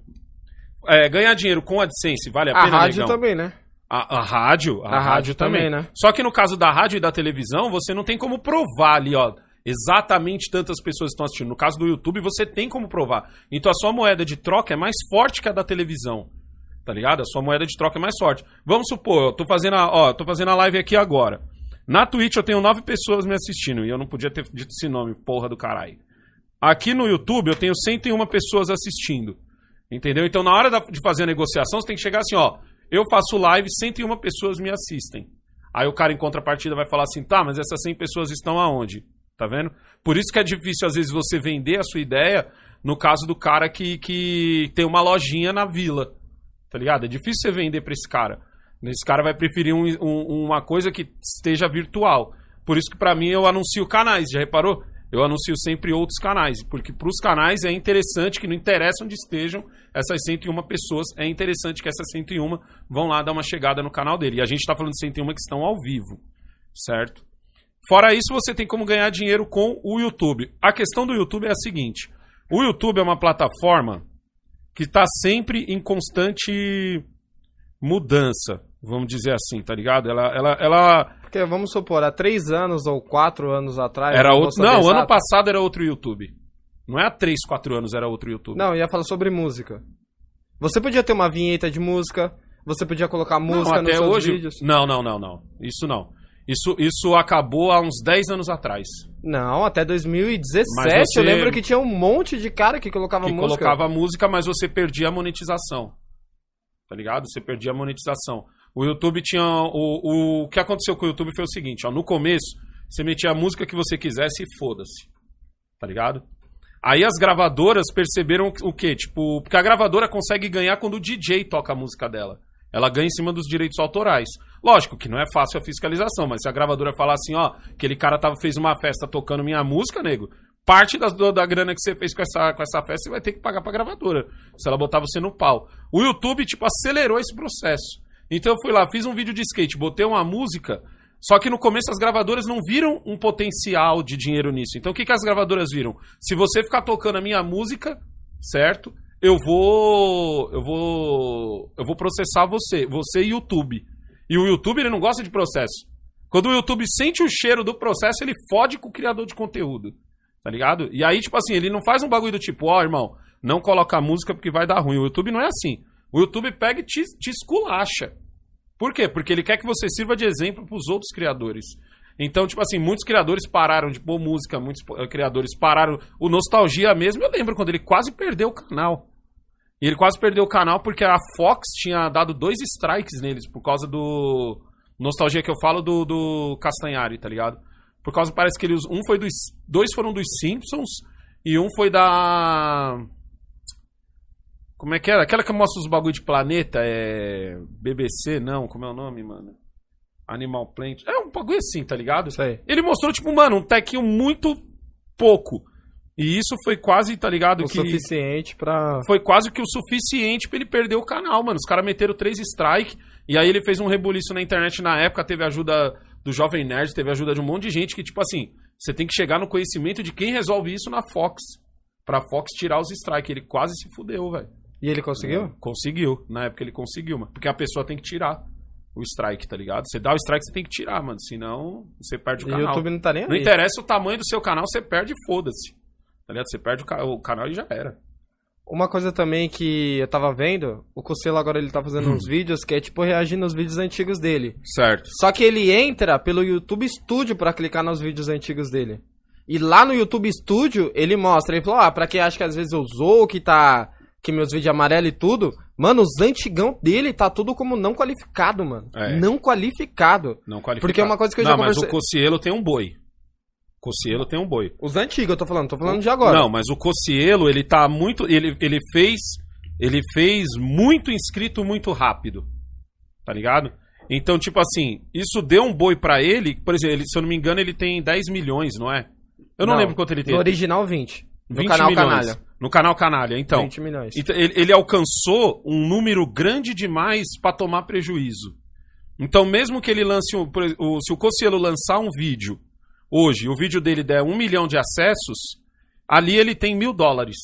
Ganhar dinheiro com AdSense vale a pena, A rádio negão? também, né? A rádio também, né? Só que no caso da rádio e da televisão, você não tem como provar ali, ó, exatamente tantas pessoas estão assistindo. No caso do YouTube, você tem como provar. Então a sua moeda de troca é mais forte que a da televisão, tá ligado? A sua moeda de troca é mais forte. Vamos supor, eu tô fazendo a live aqui agora. Na Twitch eu tenho 9 pessoas me assistindo, e eu não podia ter dito esse nome, porra do caralho. Aqui no YouTube eu tenho 101 pessoas assistindo, entendeu? Então na hora de fazer a negociação, você tem que chegar assim, ó, eu faço live, 101 pessoas me assistem. Aí o cara em contrapartida vai falar assim, tá, mas essas 100 pessoas estão aonde? Tá vendo? Por isso que é difícil, às vezes, você vender a sua ideia no caso do cara que tem uma lojinha na vila. Tá ligado? É difícil você vender pra esse cara. Esse cara vai preferir uma coisa que esteja virtual. Por isso que pra mim eu anuncio canais, já reparou? Eu anuncio sempre outros canais, porque pros canais é interessante que não interessa onde estejam essas 101 pessoas, é interessante que essas 101 vão lá dar uma chegada no canal dele. E a gente tá falando de 101 que estão ao vivo, certo? Fora isso, você tem como ganhar dinheiro com o YouTube. A questão do YouTube é a seguinte, o YouTube é uma plataforma que tá sempre em constante mudança, vamos dizer assim, tá ligado? Ela Porque, vamos supor, há 3 anos ou 4 anos atrás... Era outro... Não, ano passado era outro YouTube. Não é há 3, 4 anos era outro YouTube. Não, ia falar sobre música. Você podia ter uma vinheta de música, você podia colocar música nos seus vídeos. Não. Isso não. Isso acabou há uns 10 anos atrás. Não, até 2017 eu lembro que tinha um monte de cara que colocava música. Colocava música, mas você perdia a monetização. Tá ligado? Você perdia a monetização. O YouTube tinha... O que aconteceu com o YouTube foi o seguinte, ó. No começo, você metia a música que você quisesse e foda-se. Tá ligado? Aí as gravadoras perceberam o quê? Tipo, porque a gravadora consegue ganhar quando o DJ toca a música dela. Ela ganha em cima dos direitos autorais. Lógico que não é fácil a fiscalização, mas se a gravadora falar assim, ó, aquele cara fez uma festa tocando minha música, nego, parte da grana que você fez com essa festa você vai ter que pagar pra gravadora, se ela botar você no pau. O YouTube, tipo, acelerou esse processo. Então eu fui lá, fiz um vídeo de skate, botei uma música, só que no começo as gravadoras não viram um potencial de dinheiro nisso. Então o que as gravadoras viram? Se você ficar tocando a minha música, certo? Eu vou processar você e o YouTube. E o YouTube, ele não gosta de processo. Quando o YouTube sente o cheiro do processo, ele fode com o criador de conteúdo. Tá ligado? E aí, tipo assim, ele não faz um bagulho do tipo, ó, irmão, não coloca a música porque vai dar ruim. O YouTube não é assim. O YouTube pega e te esculacha. Por quê? Porque ele quer que você sirva de exemplo pros outros criadores. Então, tipo assim, muitos criadores pararam de pôr música, muitos criadores pararam. O Nostalgia mesmo, eu lembro quando ele quase perdeu o canal. E ele quase perdeu o canal porque a Fox tinha dado 2 strikes neles por causa do... Nostalgia que eu falo do Castanhari, tá ligado? Por causa, parece que eles... Dois foram dos Simpsons e um foi da... Como é que era? Aquela que mostra os bagulho de planeta, BBC, não, como é o nome, mano? Animal Planet. É um bagulho assim, tá ligado? Sei. Ele mostrou, tipo, mano, um tequinho muito pouco. E isso foi quase, tá ligado? O suficiente pra... Foi quase que o suficiente pra ele perder o canal, mano. Os caras meteram 3 strike. E aí ele fez um rebuliço na internet na época. Teve ajuda do Jovem Nerd, teve ajuda de um monte de gente que, tipo assim, você tem que chegar no conhecimento de quem resolve isso na Fox. Pra Fox tirar os strike. Ele quase se fudeu, velho. E ele conseguiu? Conseguiu. Na época ele conseguiu, mano. Porque a pessoa tem que tirar o strike, tá ligado? Você dá o strike, você tem que tirar, mano. Senão, você perde o canal. E o YouTube não tá nem aí. Não interessa o tamanho do seu canal, você perde e foda-se. Tá ligado? Você perde o canal e já era. Uma coisa também que eu tava vendo, o Cocelo agora ele tá fazendo uns vídeos que é tipo reagindo aos vídeos antigos dele. Certo. Só que ele entra pelo YouTube Studio pra clicar nos vídeos antigos dele. E lá no YouTube Studio ele mostra, ele falou, pra quem acha que às vezes eu usou, que meus vídeos amarelo e tudo, mano, os antigão dele tá tudo como não qualificado, mano. Não qualificado. Não qualificado. Porque é uma coisa que eu já conversei... Mas o Cocielo tem um boi. Cocielo tem um boi. Os antigos eu tô falando de agora. Não, mas o Cocielo, ele tá muito... Ele fez muito inscrito muito rápido. Tá ligado? Então, tipo assim, isso deu um boi pra ele. Por exemplo, se eu não me engano, ele tem 10 milhões, não é? Eu não lembro quanto ele tem. No original, 20. No 20 canal milhões. Canalha. No canal Canalha, então. 20 milhões. Então, ele alcançou um número grande demais pra tomar prejuízo. Então, mesmo que ele lance... se o Cocielo lançar um vídeo... Hoje, o vídeo dele der 1 milhão de acessos, ali ele tem $1.000.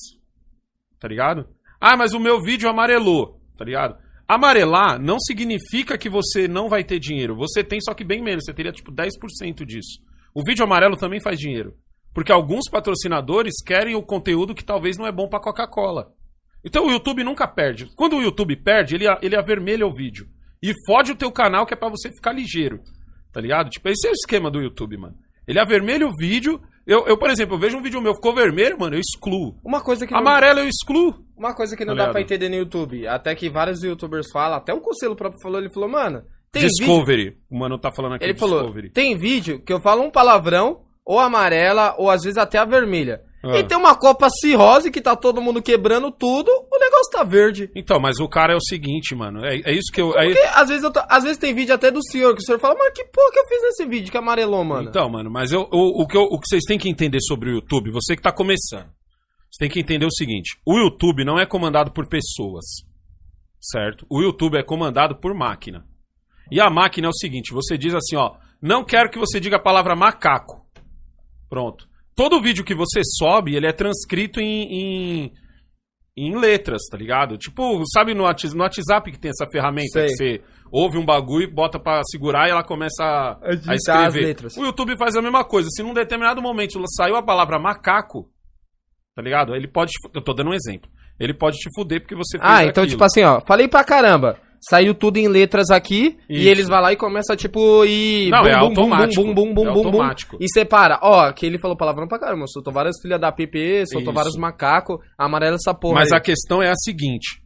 Tá ligado? Ah, mas o meu vídeo amarelou. Tá ligado? Amarelar não significa que você não vai ter dinheiro. Você tem, só que bem menos. Você teria, tipo, 10% disso. O vídeo amarelo também faz dinheiro. Porque alguns patrocinadores querem o conteúdo que talvez não é bom pra Coca-Cola. Então o YouTube nunca perde. Quando o YouTube perde, ele avermelha o vídeo. E fode o teu canal, que é pra você ficar ligeiro. Tá ligado? Tipo, esse é o esquema do YouTube, mano. Ele avermelha o vídeo. Eu, por exemplo, eu vejo um vídeo meu, ficou vermelho, mano, eu excluo. Uma coisa que amarelo eu excluo. Uma coisa que não dá pra entender no YouTube, até que vários youtubers falam, até o Cocelo próprio falou, ele falou, mano... Tem Discovery. Vídeo... O mano tá falando aqui ele Discovery. Falou, tem vídeo que eu falo um palavrão, ou amarela, ou às vezes até a vermelha. E tem uma Copa Cirrose que tá todo mundo quebrando tudo, o negócio tá verde. Então, mas o cara é o seguinte, mano. É isso que eu. Porque às vezes tem vídeo até do senhor, que o senhor fala, mano, que porra que eu fiz nesse vídeo que amarelou, mano? Então, mano, mas o que vocês têm que entender sobre o YouTube, você que tá começando, você tem que entender o seguinte: o YouTube não é comandado por pessoas, certo? O YouTube é comandado por máquina. E a máquina é o seguinte: você diz assim, ó, não quero que você diga a palavra macaco. Pronto. Todo vídeo que você sobe, ele é transcrito em letras, tá ligado? Tipo, sabe no WhatsApp que tem essa ferramenta que você ouve um bagulho, bota pra segurar e ela começa a escrever. As letras. O YouTube faz a mesma coisa. Se num determinado momento saiu a palavra macaco, tá ligado? Ele pode... Eu tô dando um exemplo. Ele pode te fuder porque você fez então aquilo. Tipo assim, ó, falei pra caramba. Saiu tudo em letras aqui, e eles vão lá e começam, tipo, e... Não, é automático. Automático. E separa. Ó, que ele falou palavrão pra caramba. Soltou várias filhas da PP, soltou vários macacos, amarela essa porra. Mas aí. a questão é a seguinte.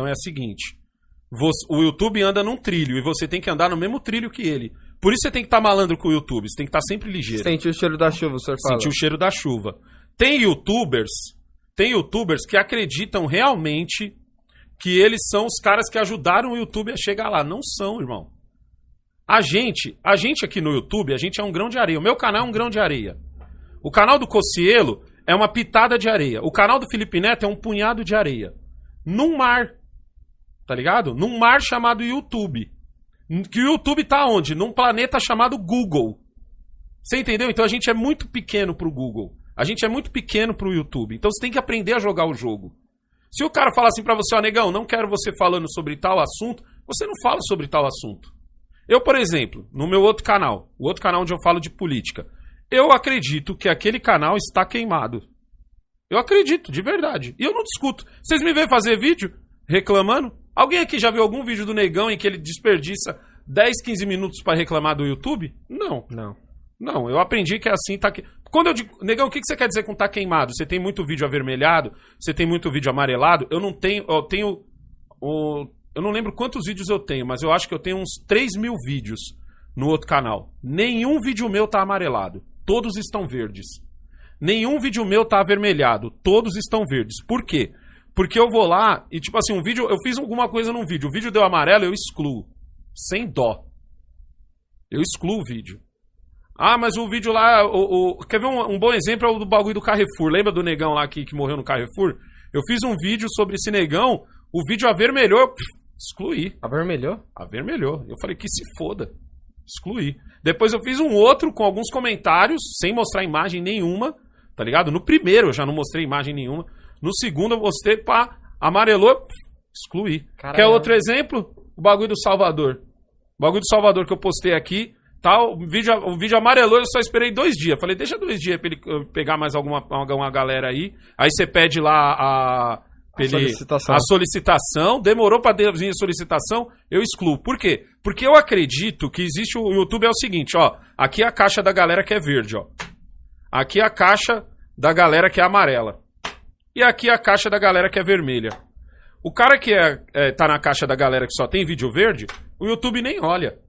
O YouTube anda num trilho, e você tem que andar no mesmo trilho que ele. Por isso você tem que estar malandro com o YouTube. Você tem que estar sempre ligeiro. Sentir o cheiro da chuva, o senhor fala. Sentir o cheiro da chuva. Tem YouTubers tem youtubers que acreditam realmente que eles são os caras que ajudaram o YouTube a chegar lá. Não são, irmão. A gente aqui no YouTube, a gente é um grão de areia. O meu canal é um grão de areia. O canal do Cocielo é uma pitada de areia. O canal do Felipe Neto é um punhado de areia. Num mar. Tá ligado? Num mar chamado YouTube. Que o YouTube tá onde? Num planeta chamado Google. Você entendeu? Então a gente é muito pequeno pro Google. A gente é muito pequeno pro YouTube. Então você tem que aprender a jogar o jogo. Se o cara falar assim pra você, ó, negão, não quero você falando sobre tal assunto, você não fala sobre tal assunto. Eu, por exemplo, no meu outro canal, o outro canal onde eu falo de política, eu acredito que aquele canal está queimado. Eu acredito, de verdade. E eu não discuto. Vocês me veem fazer vídeo reclamando? Alguém aqui já viu algum vídeo do negão em que ele desperdiça 10, 15 minutos pra reclamar do YouTube? Não. Não, eu aprendi que é assim, tá... Quando eu digo, negão, o que você quer dizer com tá queimado? Você tem muito vídeo avermelhado? Você tem muito vídeo amarelado? Eu não tenho... Eu não lembro quantos vídeos eu tenho, mas eu acho que eu tenho uns 3.000 vídeos no outro canal. Nenhum vídeo meu tá amarelado. Todos estão verdes. Nenhum vídeo meu tá avermelhado. Todos estão verdes. Por quê? Porque eu vou lá e, tipo assim, um vídeo... Eu fiz alguma coisa num vídeo. O vídeo deu amarelo, eu excluo. Sem dó. Eu excluo o vídeo. Ah, mas o vídeo lá... Quer ver um bom exemplo? É o do bagulho do Carrefour. Lembra do negão lá que morreu no Carrefour? Eu fiz um vídeo sobre esse negão. O vídeo avermelhou. Excluí. Avermelhou? Avermelhou. Eu falei que se foda. Excluí. Depois eu fiz um outro com alguns comentários, sem mostrar imagem nenhuma. Tá ligado? No primeiro eu já não mostrei imagem nenhuma. No segundo eu mostrei, pá, amarelou. Excluí. Caramba. Quer outro exemplo? O bagulho do Salvador. O bagulho do Salvador que eu postei aqui. Tá, o vídeo amarelou, eu só esperei 2 dias. Falei, deixa 2 dias pra ele pegar mais alguma galera aí. Aí você pede lá a solicitação. Demorou pra vir a solicitação, eu excluo. Por quê? Porque eu acredito que existe o YouTube é o seguinte, ó. Aqui é a caixa da galera que é verde, ó. Aqui é a caixa da galera que é amarela. E aqui é a caixa da galera que é vermelha. O cara que tá na caixa da galera que só tem vídeo verde, o YouTube nem olha.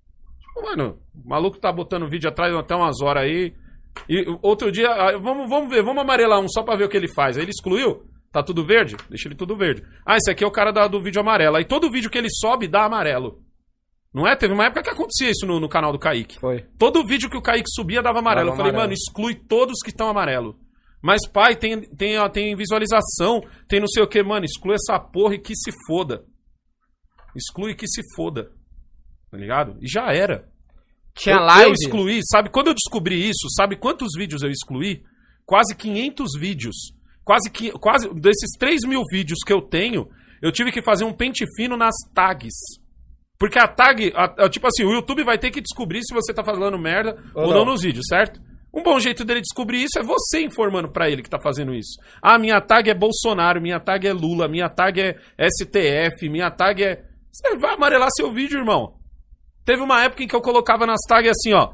Mano, o maluco tá botando vídeo atrás até umas horas aí. E outro dia, vamos ver, vamos amarelar um só pra ver o que ele faz. Aí ele excluiu, tá tudo verde? Deixa ele tudo verde. Ah, esse aqui é o cara do vídeo amarelo. Aí todo vídeo que ele sobe dá amarelo. Não é? Teve uma época que acontecia isso no canal do Kaique. Foi. Todo vídeo que o Kaique subia dava amarelo. Eu falei, mano, exclui todos que estão amarelo. Mas, pai, tem visualização, tem não sei o que, mano, exclui essa porra e que se foda. Exclui que se foda. Tá ligado? E já era. Tinha live? Eu excluí, sabe? Quando eu descobri isso, sabe quantos vídeos eu excluí? Quase 500 vídeos. Quase desses 3.000 vídeos que eu tenho, eu tive que fazer um pente fino nas tags. Porque a tag, tipo assim, o YouTube vai ter que descobrir se você tá falando merda ou não nos vídeos, certo? Um bom jeito dele descobrir isso é você informando pra ele que tá fazendo isso. Ah, minha tag é Bolsonaro, minha tag é Lula, minha tag é STF, minha tag é... Você vai amarelar seu vídeo, irmão. Teve uma época em que eu colocava nas tags assim, ó.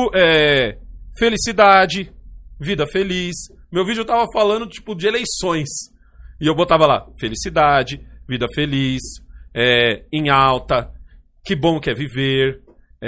Felicidade, vida feliz. Meu vídeo tava falando, tipo, de eleições. E eu botava lá, felicidade, vida feliz, em alta, que bom que é viver,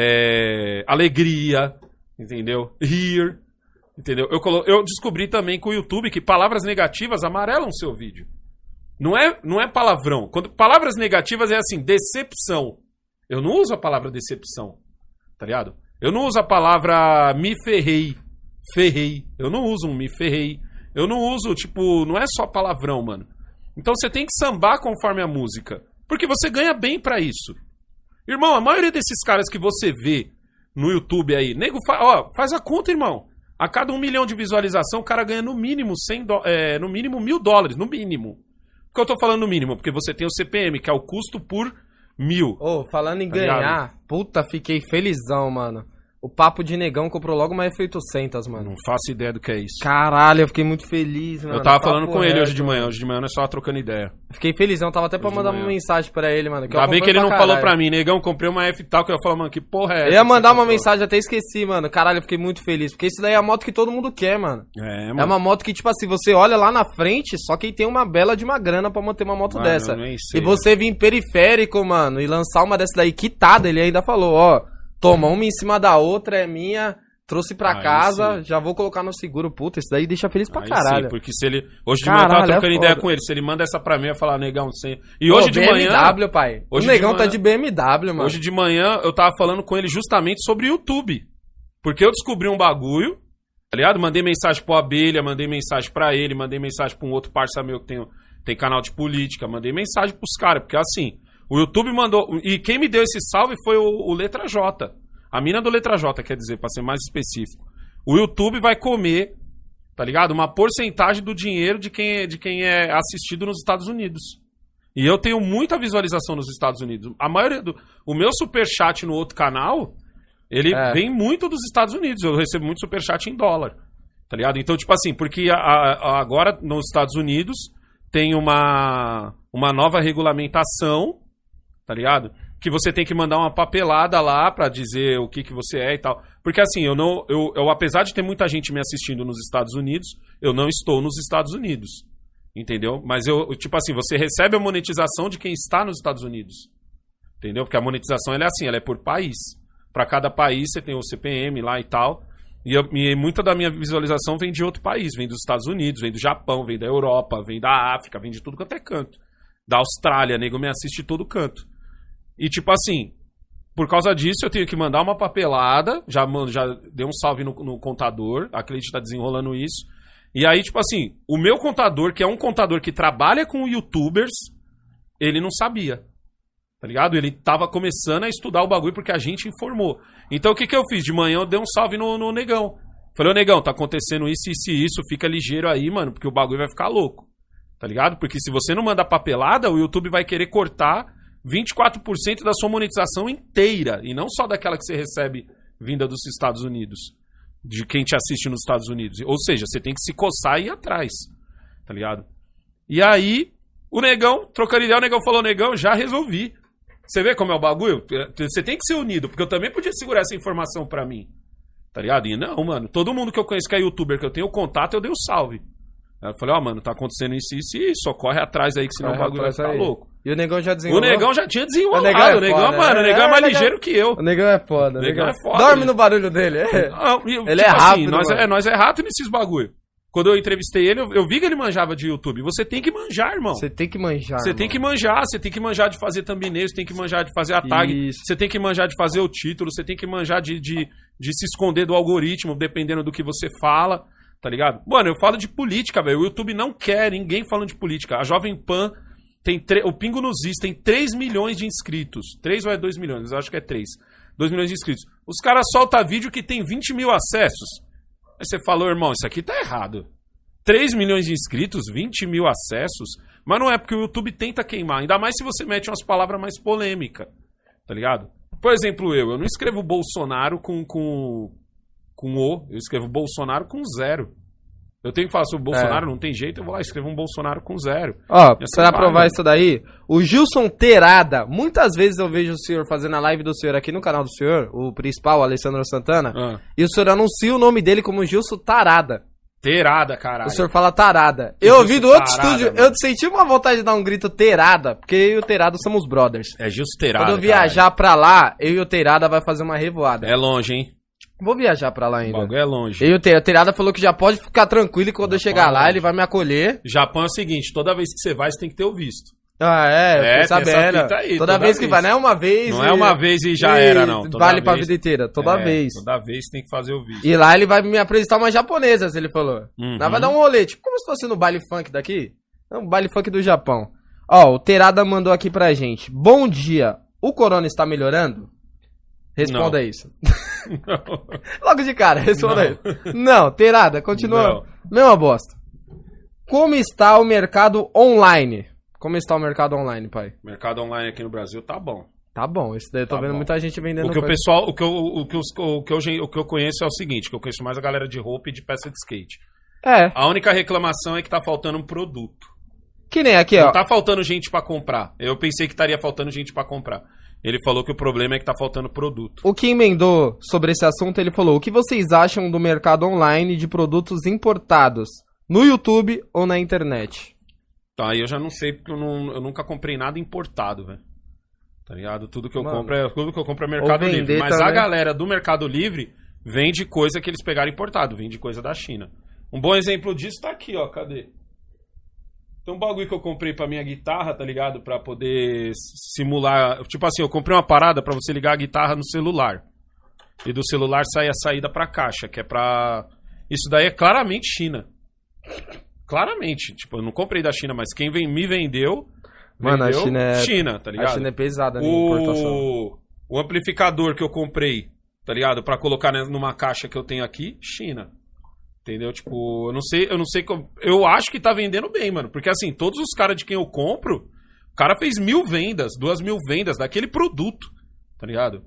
alegria, entendeu? Rir, entendeu? Eu descobri também com o YouTube que palavras negativas amarelam seu vídeo. Não é palavrão. Palavras negativas é assim, decepção. Eu não uso a palavra decepção, tá ligado? Eu não uso a palavra me ferrei. Eu não uso um me ferrei. Eu não uso, tipo, não é só palavrão, mano. Então você tem que sambar conforme a música. Porque você ganha bem pra isso. Irmão, a maioria desses caras que você vê no YouTube aí, nego, faz a conta, irmão. A cada 1 milhão de visualização, o cara ganha no mínimo no mínimo $1.000, no mínimo. Por que eu tô falando no mínimo? Porque você tem o CPM, que é o custo por 1.000. Falando em ganhar, puta, fiquei felizão, mano. O Papo de Negão comprou logo uma F800, mano. Não faço ideia do que é isso. Caralho, eu fiquei muito feliz, mano. Eu tava falando com ele hoje de manhã. Hoje de manhã nós tava trocando ideia. Fiquei felizão, tava até pra mandar uma mensagem pra ele, mano. Ainda bem que ele não falou pra mim, negão, comprei uma F tal, que eu ia falar, mano, que porra é essa? Eu ia mandar uma mensagem, até esqueci, mano. Caralho, eu fiquei muito feliz. Porque isso daí é a moto que todo mundo quer, mano. Mano. É uma moto que, tipo assim, você olha lá na frente, só quem tem uma bela de uma grana pra manter uma moto dessa. E você vir periférico, mano, e lançar uma dessa daí quitada, ele ainda falou, ó. Toma, uma em cima da outra é minha, Trouxe pra Aí casa, sim. já vou colocar no seguro. Puta, isso daí deixa feliz pra Aí caralho. sim, porque se ele... Hoje de manhã eu tava Caralho, é trocando ideia foda. com ele. Se ele manda essa pra mim, eu ia falar, negão, você... E Pô, hoje de manhã... BMW, pai. Hoje O negão de manhã- tá de BMW, mano. Hoje de manhã eu tava falando com ele justamente sobre o YouTube. Porque eu descobri um bagulho, tá ligado? Mandei mensagem pro Abelha, mandei mensagem pra ele, mandei mensagem pra um outro parça meu que tem canal de política, mandei mensagem pros caras, porque assim, o YouTube mandou... E quem me deu esse salve foi o Letra J. A mina do Letra J, quer dizer, pra ser mais específico. O YouTube vai comer, tá ligado? Uma porcentagem do dinheiro de quem é assistido nos Estados Unidos. E eu tenho muita visualização nos Estados Unidos. A maioria o meu superchat no outro canal, ele vem muito dos Estados Unidos. Eu recebo muito superchat em dólar, tá ligado? Então, tipo assim, porque agora nos Estados Unidos tem uma nova regulamentação, tá ligado? Que você tem que mandar uma papelada lá pra dizer o que você é e tal. Porque assim, eu apesar de ter muita gente me assistindo nos Estados Unidos, eu não estou nos Estados Unidos. Entendeu? Mas tipo assim, você recebe a monetização de quem está nos Estados Unidos. Entendeu? Porque a monetização ela é assim, ela é por país. Pra cada país você tem o CPM lá e tal. E muita da minha visualização vem de outro país. Vem dos Estados Unidos, vem do Japão, vem da Europa, vem da África, vem de tudo quanto é canto. Da Austrália, nego me assiste de todo canto. E tipo assim, por causa disso eu tenho que mandar uma papelada, já dei um salve no contador, a cliente tá desenrolando isso. E aí, tipo assim, o meu contador, que é um contador que trabalha com youtubers, ele não sabia, tá ligado? Ele tava começando a estudar o bagulho porque a gente informou. Então o que eu fiz? De manhã eu dei um salve no negão. Falei, ô negão, tá acontecendo isso, isso e isso, fica ligeiro aí, mano, porque o bagulho vai ficar louco, tá ligado? Porque se você não mandar papelada, o YouTube vai querer cortar 24% da sua monetização inteira, e não só daquela que você recebe vinda dos Estados Unidos, de quem te assiste nos Estados Unidos. Ou seja, você tem que se coçar e ir atrás, tá ligado? E aí, o negão, trocando ideia, o negão falou, negão, já resolvi. Você vê como é o bagulho? Você tem que ser unido, porque eu também podia segurar essa informação pra mim, tá ligado? E não, mano, todo mundo que eu conheço que é youtuber, que eu tenho contato, eu dei o salve. Aí eu falei, ó, mano, tá acontecendo isso e isso, só corre atrás aí, que senão o bagulho vai ficar louco. E o negão já desenrolou? O negão já tinha desenrolado. O negão é o negão, foda, mano, o negão é mais ligeiro que eu. O negão é foda. O negão é foda. Dorme no barulho dele. Ele é rápido. Nós é rápido nesses bagulho. Quando eu entrevistei ele, eu vi que ele manjava de YouTube. Você tem que manjar, irmão. Você tem que manjar. Você tem que manjar. Você tem que manjar de fazer thumbnail, você tem que manjar de fazer a tag. Isso. Você tem que manjar de fazer o título. Você tem que manjar de se esconder do algoritmo, dependendo do que você fala. Tá ligado? Mano, eu falo de política, velho. O YouTube não quer ninguém falando de política. A Jovem Pan tem... O Pingo nos Is tem 3 milhões de inscritos. 3 ou é 2 milhões? Eu acho que é 3. 2 milhões de inscritos. Os caras soltam vídeo que tem 20 mil acessos. Aí você falou, irmão, isso aqui tá errado. 3 milhões de inscritos, 20 mil acessos. Mas não é porque o YouTube tenta queimar. Ainda mais se você mete umas palavras mais polêmicas. Tá ligado? Por exemplo, eu não escrevo Bolsonaro com O. Eu escrevo Bolsonaro com 0. Eu tenho que falar sobre o Bolsonaro, não tem jeito, eu vou lá e escrevo um Bolsonaro com 0. Ó, pra provar isso daí, o Gilson Terada, muitas vezes eu vejo o senhor fazendo a live do senhor aqui no canal do senhor, o principal, o Alessandro Santana, e o senhor anuncia o nome dele como Gilson Tarada. Terada, caralho. O senhor fala Tarada. Eu ouvi do outro estúdio, mano. Eu senti uma vontade de dar um grito Terada, porque eu e o Terada somos brothers. É Gilson Terada. Quando eu viajar pra lá, eu e o Terada vai fazer uma revoada. É longe, hein? Vou viajar pra lá ainda. O bagulho é longe. E o Terada falou que já pode ficar tranquilo e quando eu chegar lá, ele vai me acolher. Japão é o seguinte, toda vez que você vai, você tem que ter o visto. Ah, eu tô sabendo. Aí, toda vez que vai, não é uma vez. Não é uma vez e já era, não. Vale pra vida inteira, toda vez. Toda vez você tem que fazer o visto. E lá ele vai me apresentar umas japonesas, ele falou. Nós vai dar um rolê, tipo como se fosse no baile funk daqui. Não, baile funk do Japão. Ó, o Terada mandou aqui pra gente. Bom dia, o corona está melhorando? Responda isso. Logo de cara, responda isso. Não, Terada, continua. Mesma bosta. Como está o mercado online? Como está o mercado online, pai? O mercado online aqui no Brasil tá bom. Tá bom, isso daí eu tô vendo muita gente vendendo. O que o pessoal, o que eu conheço é o seguinte, que eu conheço mais a galera de roupa e de peça de skate. É. A única reclamação é que tá faltando um produto. Que nem aqui, ó. Não tá faltando gente pra comprar. Eu pensei que estaria faltando gente pra comprar. Ele falou que o problema é que tá faltando produto. O que emendou sobre esse assunto, ele falou: o que vocês acham do mercado online de produtos importados no YouTube ou na internet? Tá, aí eu já não sei, porque eu nunca comprei nada importado, velho. Tá ligado? Tudo que eu compro é Mercado Livre. Mas a galera do Mercado Livre vende coisa que eles pegaram importado, vende coisa da China. Um bom exemplo disso tá aqui, ó, cadê? Tem um bagulho que eu comprei pra minha guitarra, tá ligado? Pra poder simular, tipo assim, eu comprei uma parada pra você ligar a guitarra no celular. E do celular sai a saída pra caixa, que é pra... Isso daí é claramente China. Claramente, tipo, eu não comprei da China, mas quem me vendeu... Mano, a China, tá ligado? A China é pesada na importação. O amplificador que eu comprei, tá ligado? Pra colocar numa caixa que eu tenho aqui, China. Entendeu? Tipo, eu não sei como... Eu acho que tá vendendo bem, mano. Porque assim, todos os caras de quem eu compro, o cara fez 1.000 vendas, 2.000 vendas daquele produto, tá ligado?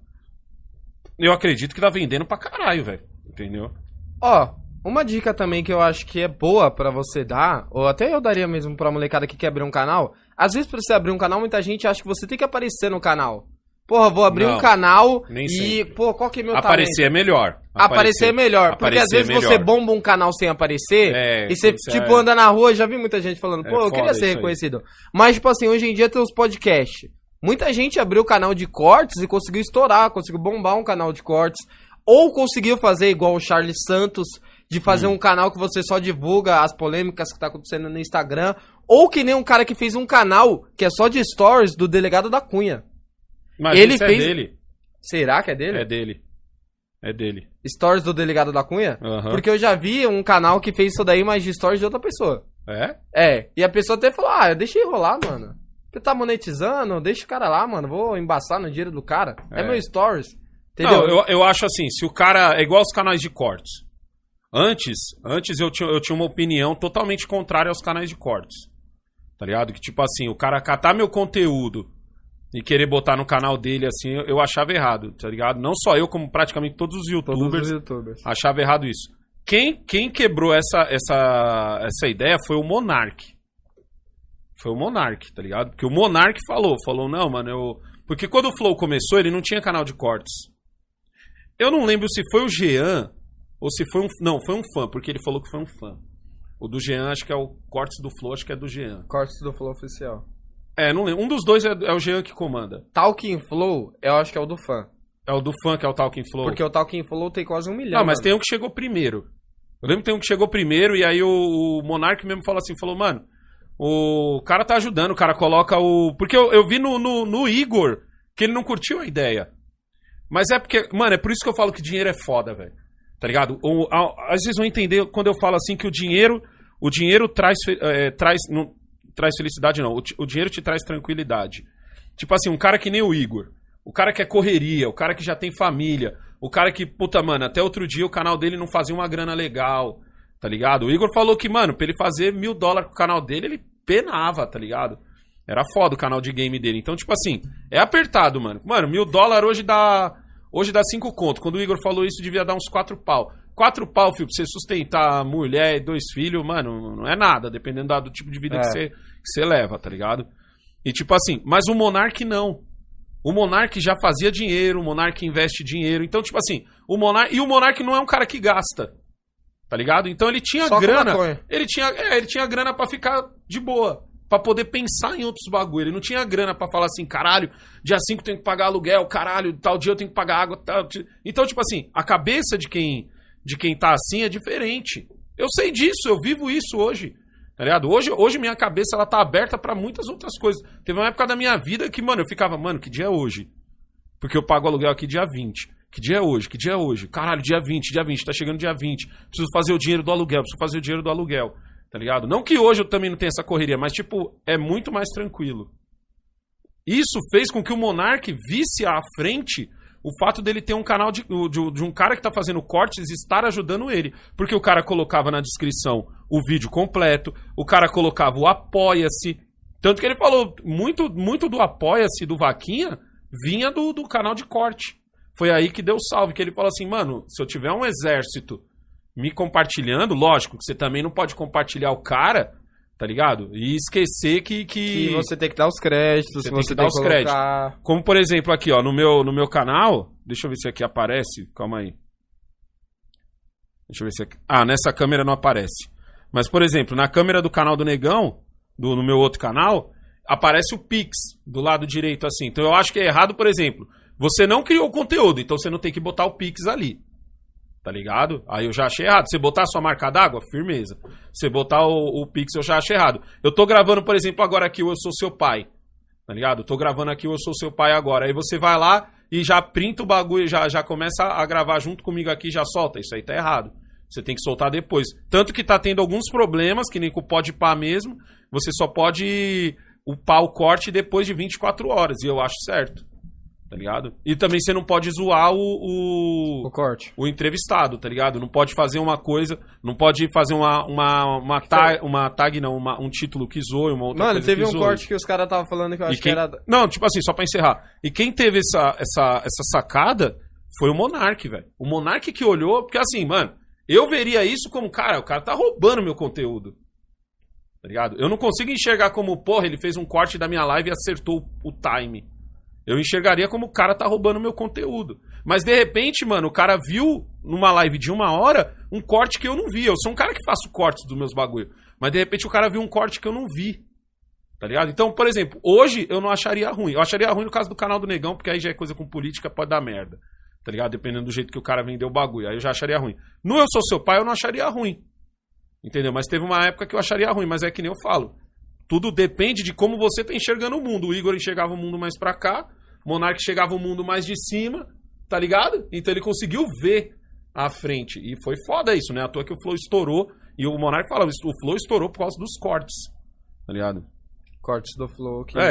Eu acredito que tá vendendo pra caralho, velho. Entendeu? Ó, uma dica também que eu acho que é boa pra você dar, ou até eu daria mesmo pra molecada que quer abrir um canal. Às vezes pra você abrir um canal, muita gente acha que você tem que aparecer no canal. Porra, vou abrir um canal nem e... sempre. Pô, qual que é meu Aparecer talento? é melhor. Aparecer é melhor. Porque às Aparecer vezes é melhor. você bomba um canal sem aparecer, e você, quando você tipo, anda na rua, já vi muita gente falando, pô, eu foda queria ser isso aí. reconhecido. Mas, tipo assim, hoje em dia tem os podcasts. Muita gente abriu canal de cortes e conseguiu estourar, conseguiu bombar um canal de cortes. Ou conseguiu fazer igual o Charles Santos, de fazer um canal que você só divulga as polêmicas que tá acontecendo no Instagram. Ou que nem um cara que fez um canal que é só de stories do Delegado da Cunha. Mas Ele isso fez... é dele. Será que é dele? É dele. É dele. Stories do Delegado da Cunha? Aham. Porque eu já vi um canal que fez isso daí, mas de stories de outra pessoa. É? É, e a pessoa até falou, eu deixei rolar, mano. Você tá monetizando, deixa o cara lá, mano. Vou embaçar no dinheiro do cara. É meu stories. Entendeu? Não, eu acho assim, se o cara... É igual os canais de cortes. Antes eu tinha uma opinião totalmente contrária aos canais de cortes. Tá ligado? Que tipo assim, o cara catar meu conteúdo e querer botar no canal dele, assim, eu achava errado, tá ligado? Não só eu, como praticamente todos os youtubers, achava errado isso. Quem quebrou essa ideia foi o Monark. Foi o Monark, tá ligado? Porque o Monark falou, não, mano, Porque quando o Flow começou, ele não tinha canal de cortes. Eu não lembro se foi o Jean ou se foi um... Não, foi um fã, porque ele falou que foi um fã. O do Jean, acho que é o Cortes do Flow, acho que é do Jean. Cortes do Flow oficial. Não lembro. Um dos dois é o Jean que comanda. Talking Flow, eu acho que é o do fã. É o do fã que é o Talking Flow. Porque o Talking Flow tem quase 1 milhão. Não, mas mano. tem um que chegou primeiro. Eu lembro que tem um que chegou primeiro e aí o Monark mesmo falou, mano, o cara tá ajudando, o cara coloca o... Porque eu vi no Igor que ele não curtiu a ideia. Mas é porque, mano, é por isso que eu falo que dinheiro é foda, velho. Tá ligado? Às vezes vão entender quando eu falo assim que o dinheiro traz felicidade, não. O dinheiro te traz tranquilidade. Tipo assim, um cara que nem o Igor. O cara que é correria, o cara que já tem família. O cara que, puta, mano, até outro dia o canal dele não fazia uma grana legal. Tá ligado? O Igor falou que, mano, pra ele fazer $1.000 com o canal dele, ele penava, tá ligado? Era foda o canal de game dele. Então, tipo assim, é apertado, mano. Mano, $1.000 hoje dá 5 conto. Quando o Igor falou isso, devia dar uns 4 pau. 4 pau, filho, pra você sustentar a mulher e 2 filhos, mano, não é nada, dependendo do tipo de vida que você leva, tá ligado? E tipo assim, mas o Monark não. O Monark já fazia dinheiro, o Monark investe dinheiro. Então, tipo assim, o Monark não é um cara que gasta, tá ligado? Então ele tinha só grana. Ele tinha grana pra ficar de boa. Pra poder pensar em outros bagulho. Ele não tinha grana pra falar assim, caralho, dia 5 eu tenho que pagar aluguel, caralho, tal dia eu tenho que pagar água, tal. Então, tipo assim, a cabeça de quem tá assim é diferente. Eu sei disso, eu vivo isso hoje. Tá ligado? Hoje minha cabeça ela tá aberta pra muitas outras coisas. Teve uma época da minha vida que, mano, eu ficava, mano, que dia é hoje? Porque eu pago aluguel aqui dia 20. Que dia é hoje? Que dia é hoje? Caralho, dia 20, tá chegando dia 20. Preciso fazer o dinheiro do aluguel. Tá ligado? Não que hoje eu também não tenha essa correria, mas, tipo, é muito mais tranquilo. Isso fez com que o Monark visse à frente o fato dele ter um canal de um cara que tá fazendo cortes e estar ajudando ele. Porque o cara colocava na descrição o vídeo completo, o cara colocava o Apoia-se. Tanto que ele falou, muito do Apoia-se, do Vaquinha, vinha do canal de corte. Foi aí que deu salve, que ele falou assim, mano, se eu tiver um exército me compartilhando, lógico que você também não pode compartilhar o cara, tá ligado? E esquecer que você tem que dar os créditos, você tem que dar os créditos. Como, por exemplo, aqui, ó, no meu canal, deixa eu ver se aqui aparece, calma aí. Deixa eu ver se aqui... nessa câmera não aparece. Mas, por exemplo, na câmera do canal do Negão, no meu outro canal, aparece o Pix do lado direito, assim. Então eu acho que é errado, por exemplo, você não criou o conteúdo, então você não tem que botar o Pix ali. Tá ligado? Aí eu já achei errado. Você botar a sua marca d'água, firmeza. Você botar o Pix, eu já achei errado. Eu tô gravando, por exemplo, agora aqui o Eu Sou Seu Pai. Tá ligado? Eu tô gravando aqui o Eu Sou Seu Pai agora. Aí você vai lá e já printa o bagulho, já começa a gravar junto comigo aqui, já solta. Isso aí tá errado. Você tem que soltar depois. Tanto que tá tendo alguns problemas, que nem com o Podpah mesmo. Você só pode upar o corte depois de 24 horas. E eu acho certo. Tá ligado? E também você não pode zoar O corte. o entrevistado, tá ligado? Não pode fazer uma coisa, não pode fazer uma tag, não, um título que zoe, uma outra Mano, coisa teve que um zoe. corte que os caras estavam falando que eu acho que era... Não, tipo assim, só pra encerrar. E quem teve essa sacada foi o Monark, velho. O Monark que olhou, porque assim, mano, eu veria isso como, cara, o cara tá roubando meu conteúdo. Tá ligado? Eu não consigo enxergar como, porra, ele fez um corte da minha live e acertou o time. Eu enxergaria como o cara tá roubando meu conteúdo. Mas de repente, mano, o cara viu numa live de 1 hora um corte que eu não vi. Eu sou um cara que faço cortes dos meus bagulho. Mas de repente o cara viu um corte que eu não vi. Tá ligado? Então, por exemplo, hoje eu não acharia ruim. Eu acharia ruim no caso do canal do Negão, porque aí já é coisa com política, pode dar merda. Tá ligado? Dependendo do jeito que o cara vendeu o bagulho. Aí eu já acharia ruim. No Eu Sou Seu Pai eu não acharia ruim. Entendeu? Mas teve uma época que eu acharia ruim. Mas é que nem eu falo. Tudo depende de como você tá enxergando o mundo. O Igor enxergava o mundo mais pra cá. O Monark chegava o mundo mais de cima. Tá ligado? Então ele conseguiu ver à frente. E foi foda isso, né? À toa que o Flow estourou. E o Monark falava, o Flow estourou por causa dos cortes. Tá ligado? Cortes do Flow. Que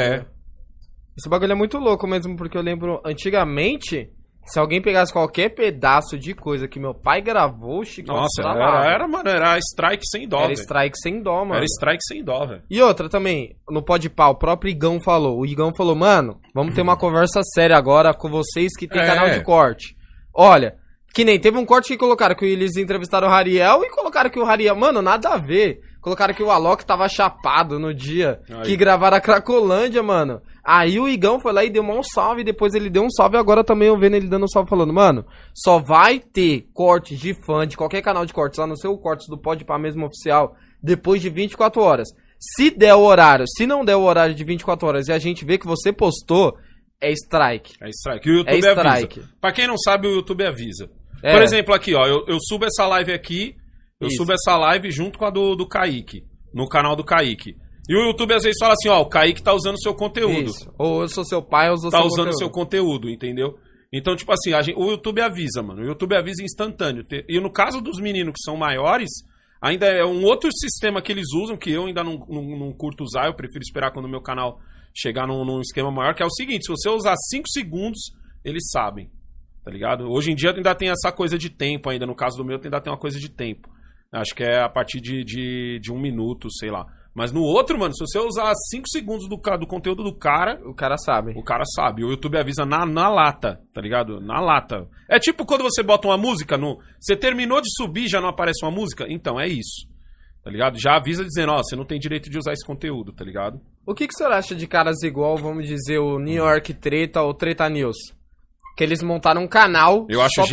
Esse bagulho é muito louco mesmo, porque eu lembro, antigamente, se alguém pegasse qualquer pedaço de coisa que meu pai gravou, o Chico Nossa, mano, era strike sem dó, era velho. strike sem dó, mano. Era strike sem dó, velho. E outra também, no Podpah, o próprio Igão falou. O Igão falou, mano, vamos ter uma conversa séria agora com vocês que tem canal de corte. Olha, que nem teve um corte que colocaram que eles entrevistaram o Rariel e colocaram que o Rariel... Mano, nada a ver. Colocaram que o Alok tava chapado no dia que gravaram a Cracolândia, mano. Aí o Igão foi lá e deu um salve, depois ele deu um salve, agora também eu vendo ele dando um salve falando, mano, só vai ter cortes de fã de qualquer canal de cortes, lá no seu cortes do Podpah mesmo oficial, depois de 24 horas. Se der o horário, se não der o horário de 24 horas e a gente vê que você postou, é strike. É strike. E o YouTube avisa. Pra quem não sabe, o YouTube avisa. Por exemplo, aqui, ó, eu subo essa live aqui, subo essa live junto com a do Kaique, no canal do Kaique. E o YouTube às vezes fala assim, ó, o Kaique tá usando seu conteúdo. Isso. Ou eu sou seu pai, ou eu sou tá seu usando conteúdo. seu conteúdo, entendeu? Então, tipo assim, o YouTube avisa, mano. O YouTube avisa instantâneo. E no caso dos meninos que são maiores, ainda é um outro sistema que eles usam, que eu ainda não curto usar, eu prefiro esperar quando o meu canal chegar num esquema maior, que é o seguinte, se você usar 5 segundos, eles sabem, tá ligado? Hoje em dia ainda tem essa coisa de tempo ainda, no caso do meu ainda tem uma coisa de tempo. Acho que é a partir de 1 minuto, sei lá. Mas no outro, mano, se você usar 5 segundos do conteúdo do cara... O cara sabe. O cara sabe. O YouTube avisa na lata, tá ligado? Na lata. É tipo quando você bota uma música no... Você terminou de subir, já não aparece uma música? Então, é isso. Tá ligado? Já avisa dizendo, ó, você não tem direito de usar esse conteúdo, tá ligado? O que o senhor acha de caras igual, vamos dizer, o New York Treta ou Treta News? Que eles montaram um canal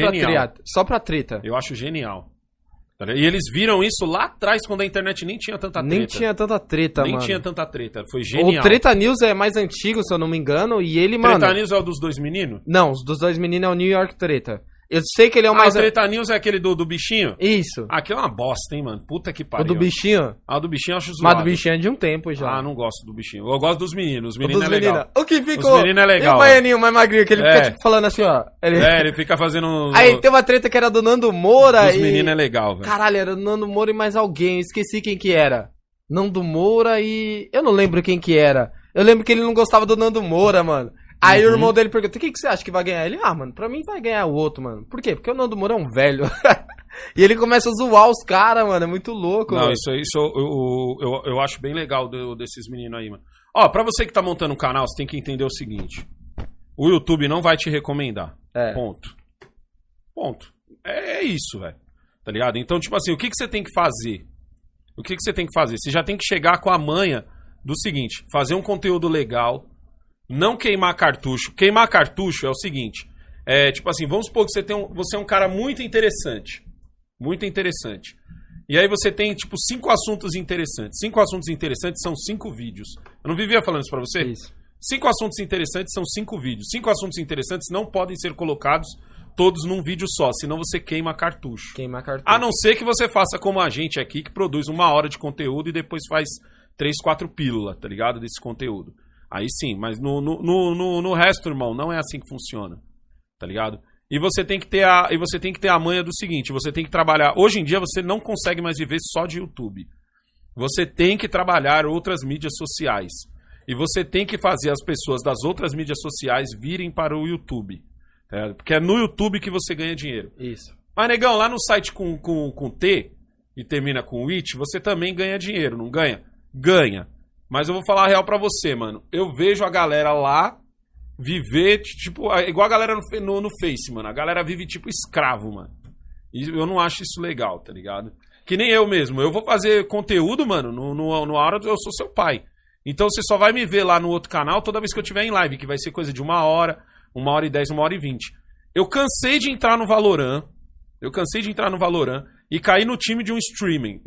só pra treta. Eu acho genial. E eles viram isso lá atrás, quando a internet nem tinha tanta treta. Nem tinha tanta treta, mano. Nem tinha tanta treta. Foi genial. O Treta News é mais antigo, se eu não me engano, e ele, mano... Treta News é o dos 2 meninos? Não, os dos 2 meninos é o New York Treta. Eu sei que ele é o mais... o Treta News é aquele do bichinho? Isso. Aqui é uma bosta, hein, mano. Puta que pariu. O do bichinho? O do bichinho eu acho zoado. Mas do bichinho é de um tempo já. Não gosto do bichinho. Eu gosto dos meninos. Os meninos é legal. O que ficou... Os meninos é legal. E o baianinho mais magrinho, que ele fica tipo falando assim, ó. Ele fica fazendo... Aí tem uma treta que era do Nando Moura Os meninos é legal, velho. Caralho, era do Nando Moura e mais alguém. Eu esqueci quem que era. Nando Moura e... Eu não lembro quem que era. Eu lembro que ele não gostava do Nando Moura, mano. Aí o irmão dele pergunta, o que você acha que vai ganhar? Ele, mano, pra mim vai ganhar o outro, mano. Por quê? Porque o Nando Moura é um velho. E ele começa a zoar os caras, mano, é muito louco. Não, mano. isso eu acho bem legal desses meninos aí, mano. Ó, pra você que tá montando um canal, você tem que entender o seguinte. O YouTube não vai te recomendar. Ponto. É isso, velho. Tá ligado? Então, tipo assim, o que você tem que fazer? O que você tem que fazer? Você já tem que chegar com a manha do seguinte, fazer um conteúdo legal... Não queimar cartucho. Queimar cartucho é o seguinte. Tipo assim, vamos supor que você é um cara muito interessante. Muito interessante. E aí você tem, tipo, 5 assuntos interessantes. 5 assuntos interessantes são 5 vídeos. Eu não vivia falando isso pra você? Isso. 5 assuntos interessantes são 5 vídeos. 5 assuntos interessantes não podem ser colocados todos num vídeo só, senão você queima cartucho. Queimar cartucho. A não ser que você faça como a gente aqui, que produz 1 hora de conteúdo e depois faz 3, 4 pílulas, tá ligado? Desse conteúdo. Aí sim, mas no resto, irmão, não é assim que funciona, tá ligado? E você tem que ter a manha do seguinte, você tem que trabalhar... Hoje em dia você não consegue mais viver só de YouTube. Você tem que trabalhar outras mídias sociais. E você tem que fazer as pessoas das outras mídias sociais virem para o YouTube. Porque é no YouTube que você ganha dinheiro. Isso. Mas, negão, lá no site com T e termina com It, você também ganha dinheiro, não ganha? Ganha. Mas eu vou falar a real pra você, mano. Eu vejo a galera lá viver, tipo, igual a galera no Face, mano. A galera vive tipo escravo, mano. E eu não acho isso legal, tá ligado? Que nem eu mesmo. Eu vou fazer conteúdo, mano, no hora eu sou seu pai. Então você só vai me ver lá no outro canal toda vez que eu tiver em live, que vai ser coisa de 1 hora, 1h10, 1h20. Eu cansei de entrar no Valorant. E cair no time de um streamer,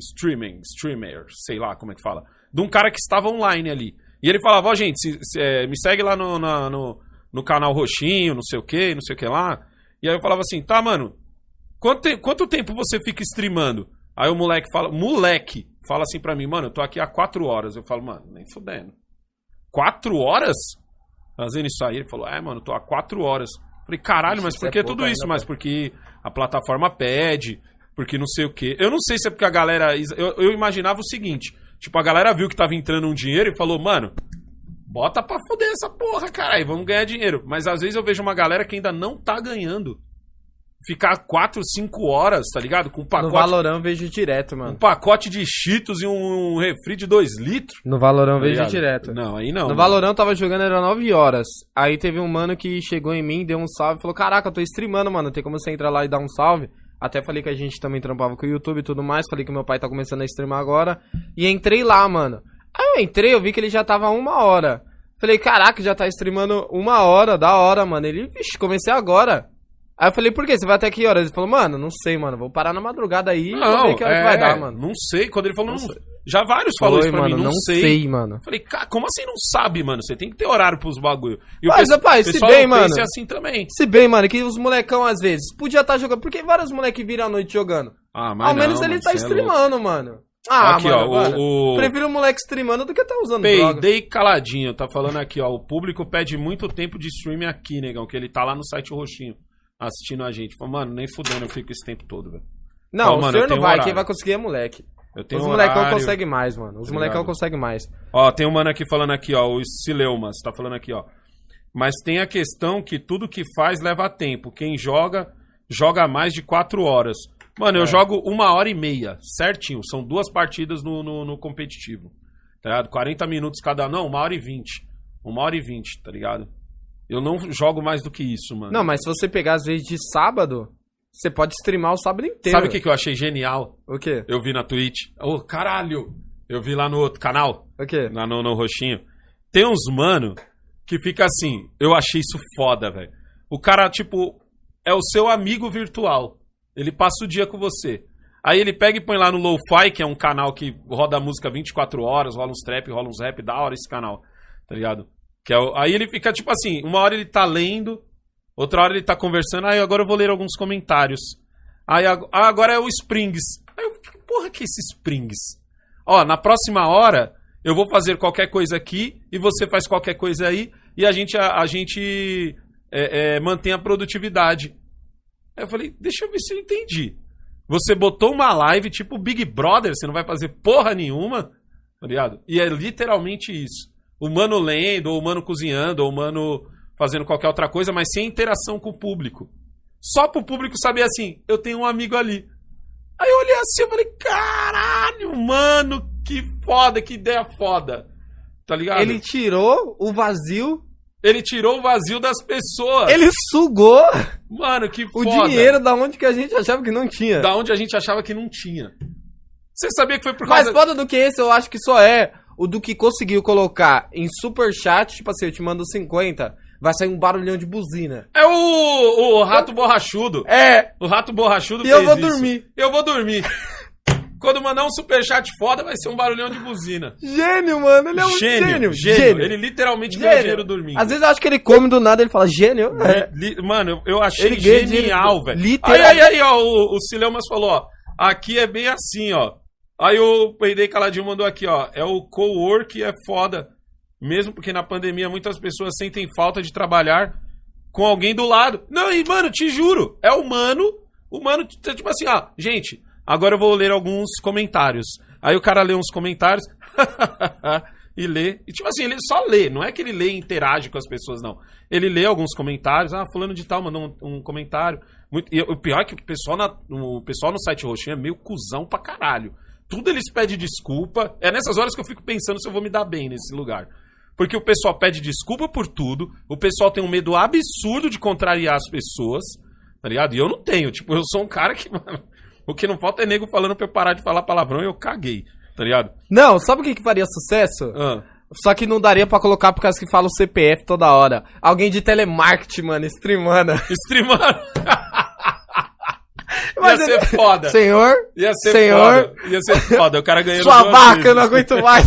sei lá como é que fala. De um cara que estava online ali. E ele falava, ó, gente, me segue lá no canal roxinho, não sei o que lá. E aí eu falava assim, tá, mano, quanto tempo você fica streamando? Aí o moleque fala assim pra mim, mano, eu tô aqui há 4 horas. Eu falo, mano, nem fudendo. 4 horas? Fazendo isso aí? Ele falou, mano, eu tô há 4 horas. Eu falei, caralho, mas por que tudo isso? Mas porque a plataforma pede, porque não sei o quê. Eu não sei se é porque a galera... Eu imaginava o seguinte, tipo, a galera viu que tava entrando um dinheiro e falou, mano, bota pra foder essa porra, caralho, vamos ganhar dinheiro. Mas às vezes eu vejo uma galera que ainda não tá ganhando. Ficar 4, 5 horas, tá ligado? Com um pacote... No Valorant eu vejo direto, mano. Um pacote de Cheetos e um refri de 2 litros. No Valorant eu Tá vejo ligado? direto. Não, aí não. No mano. Valorant eu tava jogando, era 9 horas. Aí teve um mano que chegou em mim, deu um salve e falou, caraca, eu tô streamando, mano, tem como você entrar lá e dar um salve? Até falei que a gente também trampava com o YouTube e tudo mais, falei que meu pai tá começando a streamar agora. E entrei lá, mano. Aí eu entrei, eu vi que ele já tava 1 hora. Falei, caraca, já tá streamando 1 hora, da hora, mano. Ele, vixe, comecei agora. Aí eu falei, por quê? Você vai até que horas? Ele falou, mano, não sei, mano, vou parar na madrugada aí e vou ver que hora que vai dar, mano. Não sei, quando ele falou, já vários falou isso pra mano, mim, não sei. Mano. Falei, cara, como assim não sabe, mano? Você tem que ter horário pros bagulho. E Mas, rapaz, se bem, mano, é assim também. Se bem, mano, que os molecão, às vezes, podia estar jogando, porque vários moleques viram a noite jogando. Ah, mas ao menos não, ele mano, tá streamando, mano. Ah, aqui, mano, ó, prefiro o moleque streamando do que tá usando droga. Peidei caladinho, tá falando aqui, ó, o público pede muito tempo de streaming aqui, negão, que ele tá lá no site roxinho, assistindo a gente. Falei, mano, nem fudendo, eu fico esse tempo todo, velho. Não, Fala, o mano, senhor não vai, horário. quem vai conseguir é moleque. Eu tenho Os molecão horário. conseguem mais, mano. Os molecão Obrigado. conseguem mais. Ó, tem um mano aqui falando aqui, ó, o Sileumas, tá falando aqui, ó. Mas tem a questão que tudo que faz leva tempo. Quem joga mais de 4 horas. Mano, eu jogo 1h30, certinho. São 2 partidas no competitivo. Tá ligado? 40 minutos cada. Não, 1h20. 1h20, tá ligado? Eu não jogo mais do que isso, mano. Não, mas se você pegar às vezes de sábado, você pode streamar o sábado inteiro. Sabe o que eu achei genial? O quê? Eu vi na Twitch. Ô, caralho! Eu vi lá no outro canal. O quê? No roxinho. Tem uns mano que fica assim. Eu achei isso foda, velho. O cara, tipo, é o seu amigo virtual. Ele passa o dia com você. Aí ele pega e põe lá no Lo-Fi, que é um canal que roda música 24 horas, rola uns trap, rola uns rap, da hora esse canal. Tá ligado? Que é aí ele fica, tipo assim, 1 hora ele tá lendo, outra hora ele tá conversando, aí agora eu vou ler alguns comentários. Aí agora é o Springs. Aí eu fico, porra, que é esse Springs? Ó, na próxima hora eu vou fazer qualquer coisa aqui e você faz qualquer coisa aí e a gente mantém a produtividade. Aí eu falei, deixa eu ver se eu entendi. Você botou uma live tipo Big Brother, você não vai fazer porra nenhuma, tá ligado? E é literalmente isso. O mano lendo, ou o mano cozinhando, ou o mano fazendo qualquer outra coisa, mas sem interação com o público. Só pro público saber assim, eu tenho um amigo ali. Aí eu olhei assim, eu falei, caralho, mano, que foda, que ideia foda. Tá ligado? Ele tirou o vazio. Ele tirou o vazio das pessoas. Ele sugou Mano, que o foda. dinheiro da onde que a gente achava que não tinha. Da onde a gente achava que não tinha. Você sabia que foi por causa... Mais foda do que esse, eu acho que só é o do que conseguiu colocar em superchat, tipo assim, eu te mando 50, vai sair um barulhão de buzina. É o rato borrachudo. É. O rato borrachudo E fez eu vou isso. dormir. Eu vou dormir. Quando mandar um superchat foda, vai ser um barulhão de buzina. Gênio, mano. Ele é um gênio. Ele literalmente ganha dinheiro dormindo. Às vezes eu acho que ele come do nada, ele fala gênio. Mano, eu achei Ele ganha genial, dinheiro, velho. literalmente. Aí, ó, o Sileumas falou, ó. Aqui é bem assim, ó. Aí o Peidei Caladinho mandou aqui, ó. É o co-work, é foda. Mesmo porque na pandemia muitas pessoas sentem falta de trabalhar com alguém do lado. Não, e mano, te juro. É humano. Humano, tipo assim, ó. Gente, agora eu vou ler alguns comentários. Aí o cara lê uns comentários e lê. E tipo assim, ele só lê. Não é que ele lê e interage com as pessoas, não. Ele lê alguns comentários. Ah, fulano de tal mandou um comentário. E o pior é que o pessoal no site roxinho é meio cuzão pra caralho. Tudo eles pedem desculpa. É nessas horas que eu fico pensando se eu vou me dar bem nesse lugar. Porque o pessoal pede desculpa por tudo. O pessoal tem um medo absurdo de contrariar as pessoas. Tá ligado? E eu não tenho. Tipo, eu sou um cara que... Mano, o que não falta é nego falando pra eu parar de falar palavrão e eu caguei. Tá ligado? Não, sabe o que faria sucesso? Só que não daria pra colocar por causa que fala o CPF toda hora. Alguém de telemarketing, mano, streamando. Ia ser foda. Senhor? Ia ser Senhor? foda. Ia ser foda. O cara ganhando Sua duas vaca, vezes. eu não aguento mais.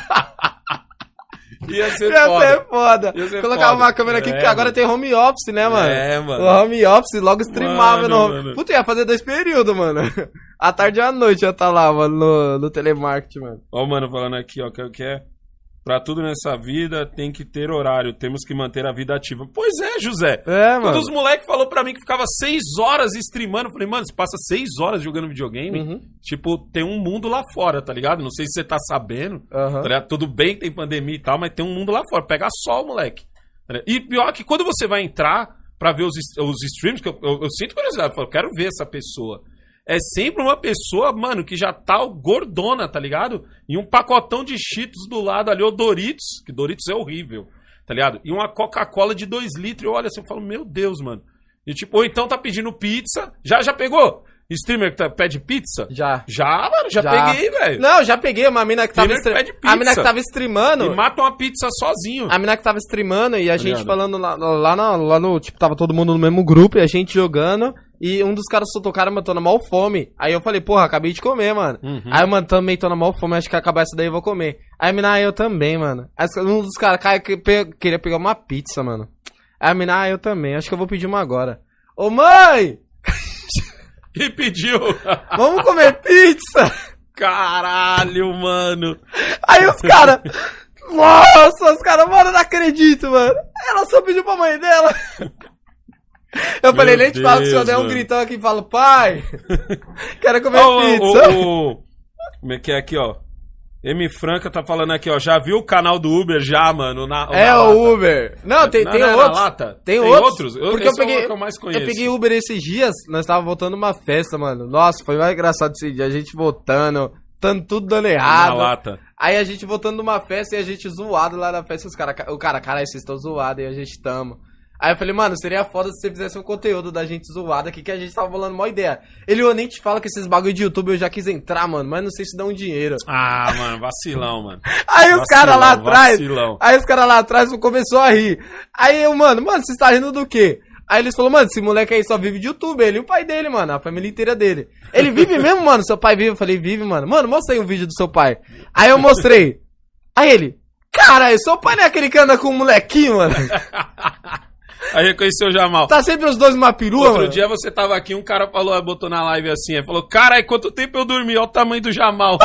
Ia ser Ia foda. ser foda. Ia ser Colocava foda. uma câmera aqui, porque agora mano. tem home office, né, mano? É, mano. O home office logo streamava no home. Mano. Puta, ia fazer 2 períodos, mano. À tarde e à noite ia estar lá, mano, no telemarketing, mano. Ó o mano falando aqui, ó, que é... Pra tudo nessa vida tem que ter horário, temos que manter a vida ativa. Pois é, José. É, Quando mano. os moleques falaram pra mim que ficava 6 horas streamando, eu falei, mano, você passa 6 horas jogando videogame? Uhum. Tipo, tem um mundo lá fora, tá ligado? Não sei se você tá sabendo. Aham. Tá ligado? Tudo bem que tem pandemia e tal, mas tem um mundo lá fora. Pega sol, moleque. Tá ligado? E pior que quando você vai entrar pra ver os streams, que eu sinto curiosidade, eu falo, quero ver essa pessoa. É sempre uma pessoa, mano, que já tá gordona, tá ligado? E um pacotão de Cheetos do lado ali, ou Doritos, que Doritos é horrível, tá ligado? E uma Coca-Cola de 2 litros, eu olho assim, eu falo, meu Deus, mano. E tipo, ou então tá pedindo pizza, já pegou? Streamer que pede pizza? Já. Já, mano, já peguei, velho. Não, já peguei uma mina que tava Streamer que pede A mina que pizza. tava streamando. E mata uma pizza sozinho. A mina que tava streamando e a gente ligado? falando lá no. Tipo, tava todo mundo no mesmo grupo e a gente jogando. E um dos caras soltou o cara, mano, tô na maior fome. Aí eu falei, porra, acabei de comer, mano. Aí eu, mano, também tô na maior fome, acho que acabar essa daí eu vou comer. Aí a mina, eu também, mano. Aí um dos caras queria pegar uma pizza, mano. Aí a mina, eu também, acho que eu vou pedir uma agora. Ô mãe! E pediu. Vamos comer pizza! Caralho, mano. Aí os caras. Nossa, os caras, mano, eu não acredito, mano. Ela só pediu pra mãe dela. Eu falei, nem te falo que se eu der um mano. gritão aqui e falo, pai, quero comer pizza. Como é que é aqui, ó? M. Franca tá falando aqui, ó. Já viu o canal do Uber já, mano? É o Uber. Não, tem não é outros. na lata? Tem outros? Porque Esse é o que eu mais conheço. Eu peguei Uber esses dias, nós tava voltando uma festa, mano. Nossa, foi mais engraçado esse dia. A gente voltando tudo dando errado. Na lata. Aí a gente voltando numa festa e a gente zoado lá na festa. O cara, vocês estão zoados e a gente tamo. Aí eu falei, mano, seria foda se você fizesse um conteúdo da gente zoado aqui, que a gente tava falando uma ideia. Eu nem te falo que esses bagulho de YouTube eu já quis entrar, mano, mas não sei se dá um dinheiro. Ah, mano, vacilão, mano. Aí os caras lá atrás, vacilão. aí os caras lá atrás começou a rir. Aí eu, mano, você tá rindo do quê? Aí eles falaram, mano, esse moleque aí só vive de YouTube, ele e o pai dele, mano, a família inteira dele. Ele vive mesmo, mano, seu pai vive? Eu falei, vive, mano. Mano, mostra aí um vídeo do seu pai. Aí eu mostrei. Aí ele, caralho, seu pai não é aquele que anda com um molequinho, mano? Aí reconheceu o Jamal. Tá sempre os dois numa perua, Outro mano? dia você tava aqui, um cara falou, botou na live assim, ele falou, caralho, quanto tempo eu dormi, olha o tamanho do Jamal.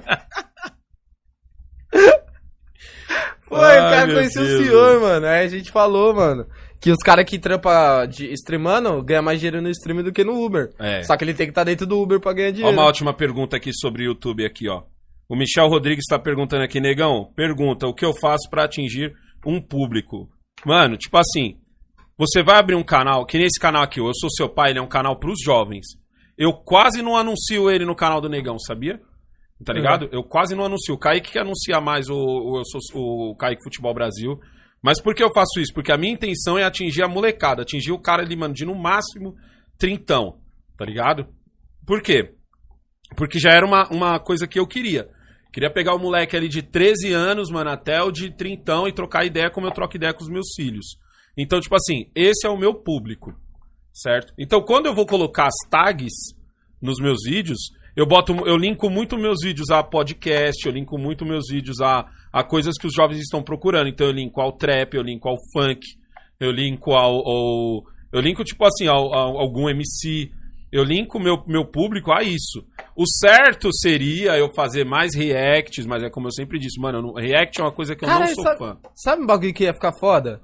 Foi, o cara conheceu o senhor, mano. Aí a gente falou, mano, que os caras que trampam de streamando ganham mais dinheiro no stream do que no Uber. É. Só que ele tem que estar dentro do Uber pra ganhar Ó, dinheiro. uma ótima pergunta aqui sobre o YouTube aqui, ó. O Michel Rodrigues tá perguntando aqui, negão, pergunta, o que eu faço pra atingir um público? Mano, tipo assim, você vai abrir um canal, que nem esse canal aqui, Eu Sou Seu Pai, ele é um canal pros jovens. Eu quase não anuncio ele no canal do Negão, sabia? Tá ligado? Eu quase não anuncio. O Kaique que anuncia mais o Kaique Futebol Brasil. Mas por que eu faço isso? Porque a minha intenção é atingir a molecada, atingir o cara ali, mano, de no máximo 30, tá ligado? Por quê? Porque já era uma coisa que eu queria. Queria pegar o moleque ali de 13 anos, mano, até o de 30 e trocar ideia como eu troco ideia com os meus filhos. Então, tipo assim, esse é o meu público, certo? Então, quando eu vou colocar as tags nos meus vídeos, Eu linko muito meus vídeos a podcast, eu linko muito meus vídeos a coisas que os jovens estão procurando. Então eu linko ao trap, eu linko ao funk, eu linko eu linko, tipo assim, ao algum MC. Eu linko meu público a isso. O certo seria eu fazer mais reacts, mas é como eu sempre disse, mano, react é uma coisa que eu não sou fã. Sabe um bagulho que ia ficar foda?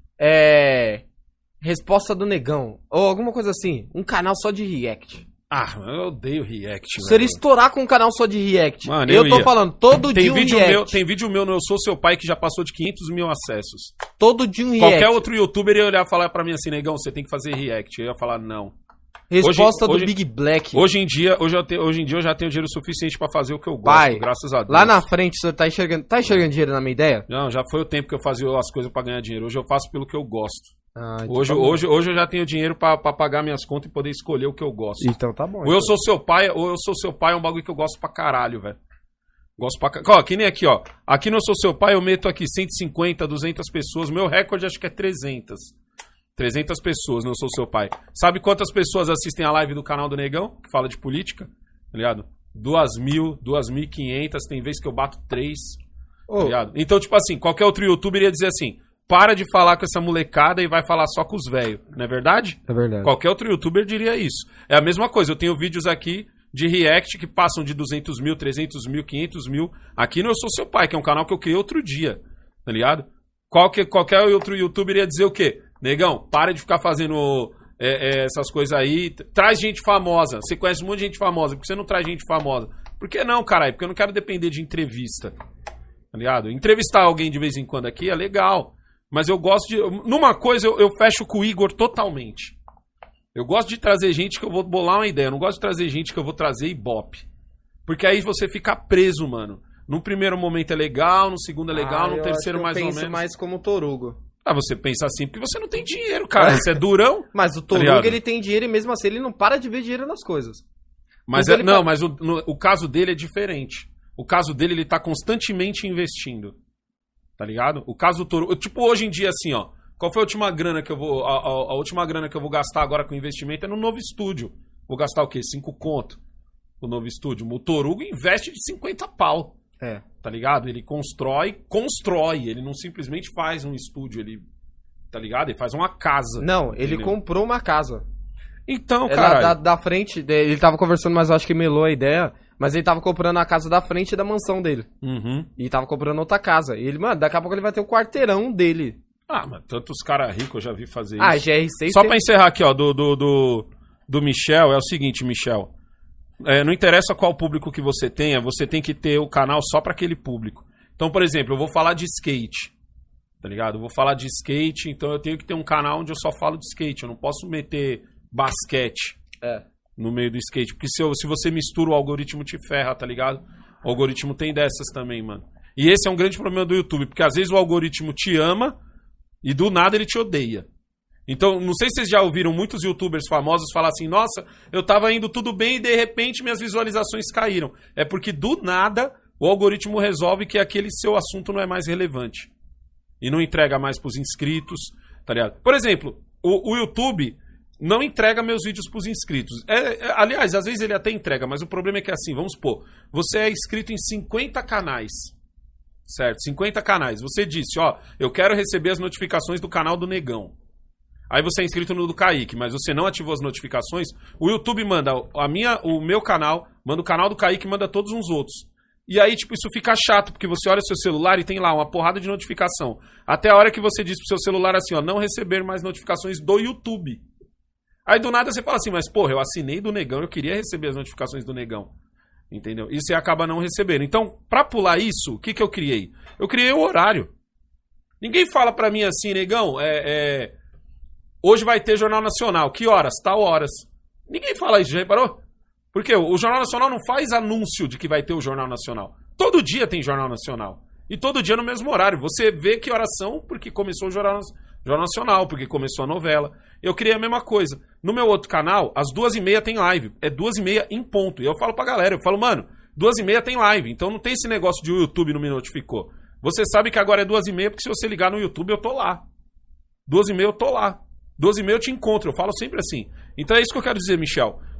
Resposta do Negão. Ou alguma coisa assim. Um canal só de react. Ah, eu odeio react, Seria estourar com um canal só de react. Mano, eu tô falando, todo dia um react. Tem vídeo meu no Eu Sou Seu Pai que já passou de 500 mil acessos. Todo dia um react. Qualquer outro youtuber ia olhar e falar pra mim assim, Negão, você tem que fazer react. Eu ia falar, não. Resposta do Big Black. Hoje em dia eu já tenho dinheiro suficiente pra fazer o que eu gosto, Pai, graças a Deus. Lá na frente, o senhor tá enxergando dinheiro na minha ideia? Não, já foi o tempo que eu fazia as coisas pra ganhar dinheiro. Hoje eu faço pelo que eu gosto. Então Hoje eu já tenho dinheiro pra pagar minhas contas e poder escolher o que eu gosto. Então tá bom. O Eu Sou Seu Pai é um bagulho que eu gosto pra caralho, velho. Gosto pra caralho. Ó, que nem aqui, ó. Aqui no Eu Sou Seu Pai eu meto aqui 150, 200 pessoas. Meu recorde acho que é 300. 300 pessoas no Eu Sou Seu Pai. Sabe quantas pessoas assistem a live do canal do Negão? Que fala de política? Tá ligado? 2.000, 2.500. Tem vezes que eu bato 3. Tá ligado? Então, tipo assim, qualquer outro youtuber iria dizer assim... Para de falar com essa molecada e vai falar só com os velhos, não é verdade? É verdade. Qualquer outro youtuber diria isso. É a mesma coisa, eu tenho vídeos aqui de react que passam de 200 mil, 300 mil, 500 mil. Aqui no Eu Sou Seu Pai, que é um canal que eu criei outro dia, tá ligado? Qualquer outro youtuber ia dizer o quê? Negão, para de ficar fazendo essas coisas aí. Traz gente famosa. Você conhece um monte de gente famosa. Por que você não traz gente famosa? Por que não, caralho? Porque eu não quero depender de entrevista, tá ligado? Entrevistar alguém de vez em quando aqui é legal. Mas eu gosto de... Numa coisa, eu fecho com o Igor totalmente. Eu gosto de trazer gente que eu vou bolar uma ideia. Eu não gosto de trazer gente que eu vou trazer ibope. Porque aí você fica preso, mano. Num primeiro momento é legal, no segundo é legal, no terceiro mais ou menos. Eu penso mais como o Torugo. Ah, você pensa assim porque você não tem dinheiro, cara. Você é durão. Mas o Torugo, ele tem dinheiro e mesmo assim ele não para de ver dinheiro nas coisas. Mas o caso dele é diferente. O caso dele, ele tá constantemente investindo. Tá ligado? O caso do Torugo... Tipo, hoje em dia, assim, ó. Qual foi a última grana que eu vou... A última grana que eu vou gastar agora com investimento é no novo estúdio. Vou gastar o quê? 5 conto no novo estúdio. O Torugo investe de 50 pau. Tá ligado? Ele constrói. Ele não simplesmente faz um estúdio, ele... Tá ligado? Ele faz uma casa. Não, ele comprou uma casa. Então, cara... Da frente... Ele tava conversando, mas eu acho que melou a ideia... Mas ele tava comprando a casa da frente da mansão dele. Uhum. E tava comprando outra casa. E ele, mano, daqui a pouco ele vai ter o quarteirão dele. Ah, mas tantos caras ricos eu já vi fazer isso. Ah, GR6... Só pra encerrar aqui, ó, do Michel, é o seguinte, Michel. Não interessa qual público que você tenha, você tem que ter o canal só pra aquele público. Então, por exemplo, eu vou falar de skate. Tá ligado? Eu vou falar de skate, então eu tenho que ter um canal onde eu só falo de skate. Eu não posso meter basquete. No meio do skate. Porque se você mistura o algoritmo, te ferra, tá ligado? O algoritmo tem dessas também, mano. E esse é um grande problema do YouTube. Porque às vezes o algoritmo te ama e do nada ele te odeia. Então, não sei se vocês já ouviram muitos youtubers famosos falar assim: nossa, eu tava indo tudo bem e de repente minhas visualizações caíram. É porque do nada o algoritmo resolve que aquele seu assunto não é mais relevante. E não entrega mais pros inscritos, tá ligado? Por exemplo, o YouTube... não entrega meus vídeos pros inscritos. Aliás, às vezes ele até entrega, mas o problema é que assim, vamos supor, você é inscrito em 50 canais, certo? 50 canais. Você disse, ó, eu quero receber as notificações do canal do Negão. Aí você é inscrito no do Kaique, mas você não ativou as notificações, o YouTube manda o meu canal, manda o canal do Kaique, manda todos uns outros. E aí, tipo, isso fica chato, porque você olha o seu celular e tem lá uma porrada de notificação. Até a hora que você diz pro seu celular assim, ó, não receber mais notificações do YouTube. Aí do nada você fala assim, mas porra, eu assinei do Negão, eu queria receber as notificações do Negão. Entendeu? E você acaba não recebendo. Então, pra pular isso, o que eu criei? Eu criei o horário. Ninguém fala pra mim assim, Negão, hoje vai ter Jornal Nacional. Que horas? Tal horas. Ninguém fala isso, já reparou? Porque o Jornal Nacional não faz anúncio de que vai ter o Jornal Nacional. Todo dia tem Jornal Nacional. E todo dia no mesmo horário. Você vê que horas são porque começou o Jornal Nacional, porque começou a novela. Eu criei a mesma coisa. No meu outro canal, às 2h30 tem live. É 2h30 em ponto. E eu falo pra galera, eu falo, mano, 2h30 tem live. Então não tem esse negócio de o YouTube não me notificou. Você sabe que agora é 2h30, porque se você ligar no YouTube, eu tô lá. 2h30 eu tô lá. 2h30 eu te encontro. Eu falo sempre assim. Então é isso que eu quero dizer, Michel.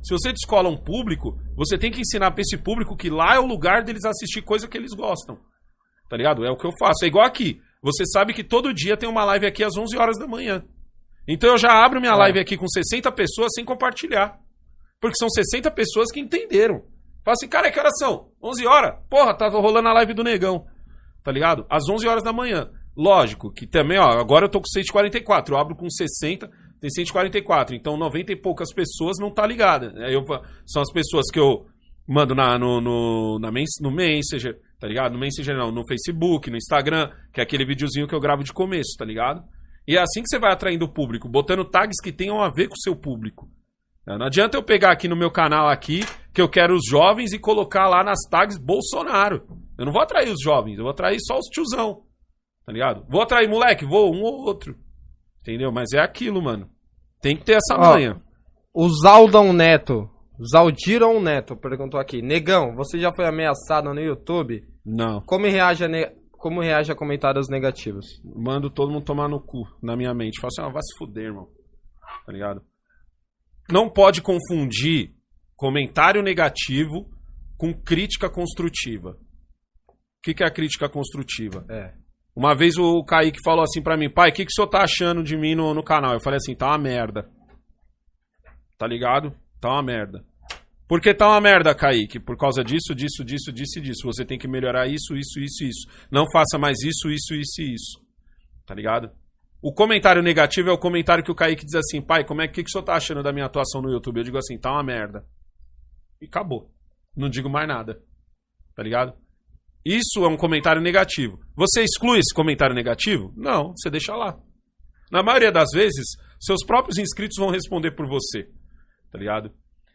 Se você descola um público, você tem que ensinar pra esse público que lá é o lugar deles assistir coisa que eles gostam. Tá ligado? É o que eu faço. É igual aqui. Você sabe que todo dia tem uma live aqui às 11 horas da manhã. Então eu já abro minha live aqui com 60 pessoas sem compartilhar. Porque são 60 pessoas que entenderam. Fala assim, cara, que horas são? 11 horas? Porra, tá rolando a live do Negão. Tá ligado? Às 11 horas da manhã. Lógico que também, ó, agora eu tô com 144. Eu abro com 60, tem 144. Então 90 e poucas pessoas não tá ligada. São as pessoas que eu mando no Messenger, tá ligado? No Messenger não, no Facebook, no Instagram, que é aquele videozinho que eu gravo de começo, tá ligado? E é assim que você vai atraindo o público, botando tags que tenham a ver com o seu público. Não adianta eu pegar aqui no meu canal aqui, que eu quero os jovens, e colocar lá nas tags Bolsonaro. Eu não vou atrair os jovens, eu vou atrair só os tiozão. Tá ligado? Vou atrair moleque? Vou, um ou outro. Entendeu? Mas é aquilo, mano. Tem que ter essa manha. O Zaldão Neto, Zaldiron Neto, perguntou aqui. Negão, você já foi ameaçado no YouTube? Não. Como reage a comentários negativos? Mando todo mundo tomar no cu, na minha mente. Falo assim, vai se fuder, irmão. Tá ligado? Não pode confundir comentário negativo com crítica construtiva. O que é a crítica construtiva? Uma vez o Kaique falou assim pra mim, pai, o que o senhor tá achando de mim no canal? Eu falei assim, tá uma merda. Tá ligado? Tá uma merda. Por que tá uma merda, Kaique? Por causa disso. Você tem que melhorar isso. Não faça mais isso. Tá ligado? O comentário negativo é o comentário que o Kaique diz assim, pai, como é que o senhor tá achando da minha atuação no YouTube? Eu digo assim, tá uma merda. E acabou. Não digo mais nada. Tá ligado? Isso é um comentário negativo. Você exclui esse comentário negativo? Não, você deixa lá. Na maioria das vezes, seus próprios inscritos vão responder por você. Tá ligado?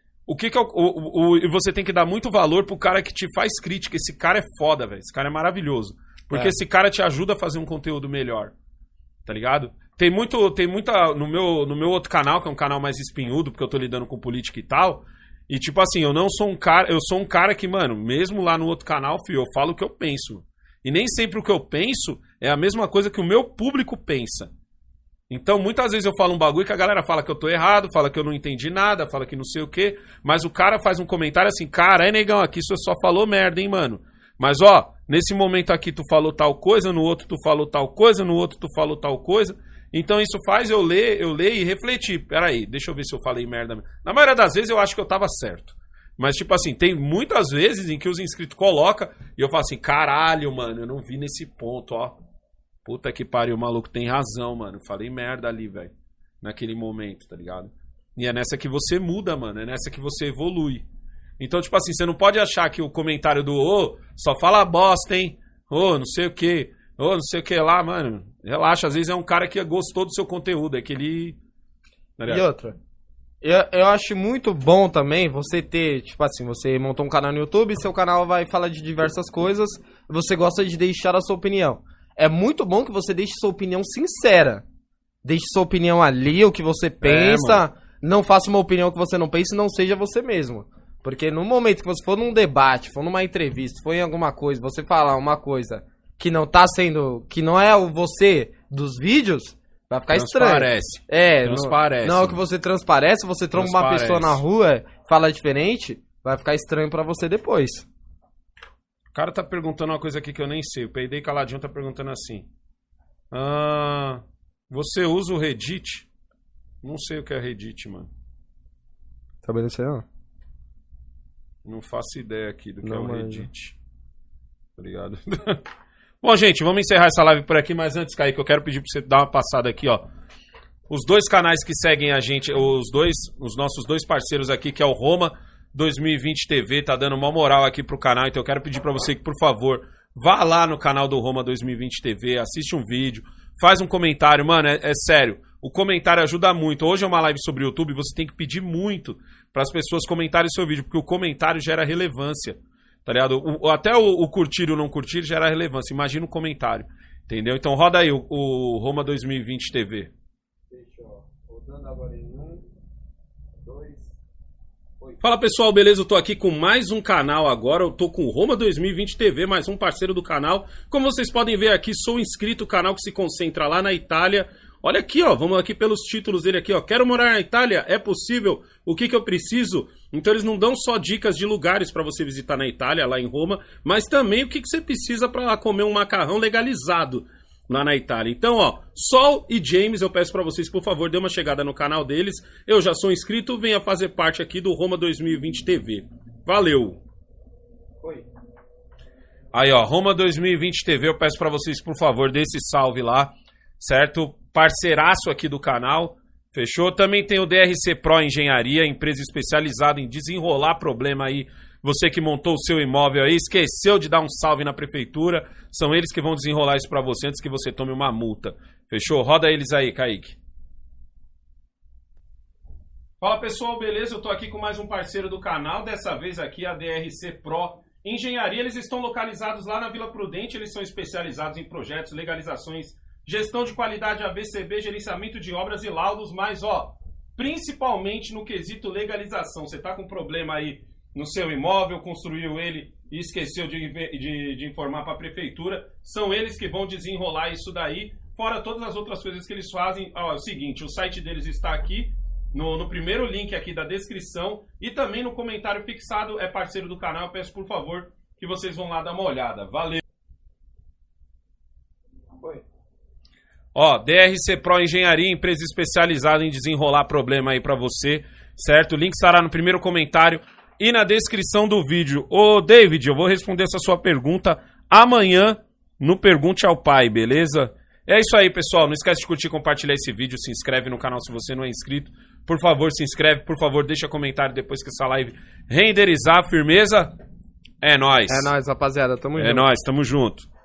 E você tem que dar muito valor pro cara que te faz crítica. Esse cara é foda, velho. Esse cara é maravilhoso. Porque esse cara te ajuda a fazer um conteúdo melhor. Tá ligado? Tem muita... No meu outro canal, que é um canal mais espinhudo, porque eu tô lidando com política e tal... E tipo assim, eu sou um cara que, mano, mesmo lá no outro canal, filho, eu falo o que eu penso. E nem sempre o que eu penso é a mesma coisa que o meu público pensa. Então, muitas vezes eu falo um bagulho que a galera fala que eu tô errado, fala que eu não entendi nada, fala que não sei o quê, mas o cara faz um comentário assim, cara, negão, aqui você só falou merda, hein, mano. Mas, ó, nesse momento aqui tu falou tal coisa, no outro tu falou tal coisa, no outro tu falou tal coisa... Então isso faz eu ler e refletir. Peraí, deixa eu ver se eu falei merda. Na maioria das vezes eu acho que eu tava certo. Mas tipo assim, tem muitas vezes em que os inscritos colocam e eu falo assim, caralho, mano, eu não vi nesse ponto, ó. Puta que pariu, o maluco tem razão, mano. Falei merda ali, velho. Naquele momento, tá ligado? E é nessa que você muda, mano. É nessa que você evolui. Então, tipo assim, você não pode achar que o comentário do só fala bosta, hein? Não sei o quê. Não sei o que lá, mano. Relaxa, às vezes é um cara que gostou do seu conteúdo, é que ele... E outra, eu acho muito bom também você ter, tipo assim, você montou um canal no YouTube, seu canal vai falar de diversas coisas, você gosta de deixar a sua opinião. É muito bom que você deixe sua opinião sincera. Deixe sua opinião ali, o que você pensa, não faça uma opinião que você não pensa e não seja você mesmo. Porque no momento que você for num debate, for numa entrevista, for em alguma coisa, você falar uma coisa... que não tá sendo... que não é o você dos vídeos, vai ficar estranho. Transparece. Não é o que você transparece, você tromba uma pessoa na rua, fala diferente, vai ficar estranho pra você depois. O cara tá perguntando uma coisa aqui que eu nem sei. O Peidei Caladinho tá perguntando assim. Você usa o Reddit? Não sei o que é Reddit, mano. Também não sei, não. Não faço ideia aqui do que é o Reddit. Obrigado. Bom, gente, vamos encerrar essa live por aqui, mas antes, Kaique, eu quero pedir pra você dar uma passada aqui, ó. Os dois canais que seguem a gente, os nossos dois parceiros aqui, que é o Roma 2020 TV, tá dando uma moral aqui pro canal, então eu quero pedir pra você que, por favor, vá lá no canal do Roma 2020 TV, assiste um vídeo, faz um comentário, mano, é sério, o comentário ajuda muito. Hoje é uma live sobre o YouTube, você tem que pedir muito pras pessoas comentarem seu vídeo, porque o comentário gera relevância. Tá ligado? Até o curtir ou não curtir gera relevância. Imagina o comentário. Entendeu? Então roda aí o Roma 2020 TV. Deixa eu... Rodando agora em 1, 2, 8. Fala pessoal, beleza? Eu tô aqui com mais um canal agora. Eu tô com o Roma 2020 TV, mais um parceiro do canal. Como vocês podem ver aqui, sou inscrito, canal que se concentra lá na Itália, Olha aqui, ó, vamos aqui pelos títulos dele aqui, ó. Quero morar na Itália, é possível? O que eu preciso? Então eles não dão só dicas de lugares para você visitar na Itália, lá em Roma, mas também o que você precisa para comer um macarrão legalizado lá na Itália. Então, ó, Sol e James, eu peço para vocês, por favor, dê uma chegada no canal deles. Eu já sou inscrito, venha fazer parte aqui do Roma 2020 TV. Valeu! Oi. Aí, ó, Roma 2020 TV, eu peço pra vocês, por favor, dê esse salve lá, certo? Parceiraço aqui do canal, fechou? Também tem o DRC Pro Engenharia, empresa especializada em desenrolar problema aí. Você que montou o seu imóvel aí, esqueceu de dar um salve na prefeitura, são eles que vão desenrolar isso pra você antes que você tome uma multa. Fechou? Roda eles aí, Kaique. Fala, pessoal, beleza? Eu tô aqui com mais um parceiro do canal, dessa vez aqui a DRC Pro Engenharia. Eles estão localizados lá na Vila Prudente, eles são especializados em projetos, legalizações, gestão de qualidade ABCB, gerenciamento de obras e laudos, mas ó, principalmente no quesito legalização. Você tá com problema aí no seu imóvel, construiu ele e esqueceu de informar para a prefeitura, são eles que vão desenrolar isso daí, fora todas as outras coisas que eles fazem. Ó, é o seguinte, o site deles está aqui, no primeiro link aqui da descrição e também no comentário fixado, é parceiro do canal, eu peço por favor que vocês vão lá dar uma olhada. Valeu! Oi. Ó, DRC Pro Engenharia, empresa especializada em desenrolar problema aí pra você, certo? O link estará no primeiro comentário e na descrição do vídeo. Ô, David, eu vou responder essa sua pergunta amanhã no Pergunte ao Pai, beleza? É isso aí, pessoal. Não esquece de curtir e compartilhar esse vídeo. Se inscreve no canal se você não é inscrito. Por favor, se inscreve. Por favor, deixa comentário depois que essa live renderizar. Firmeza? É nóis. É nóis, rapaziada. Tamo junto. É nóis, tamo junto.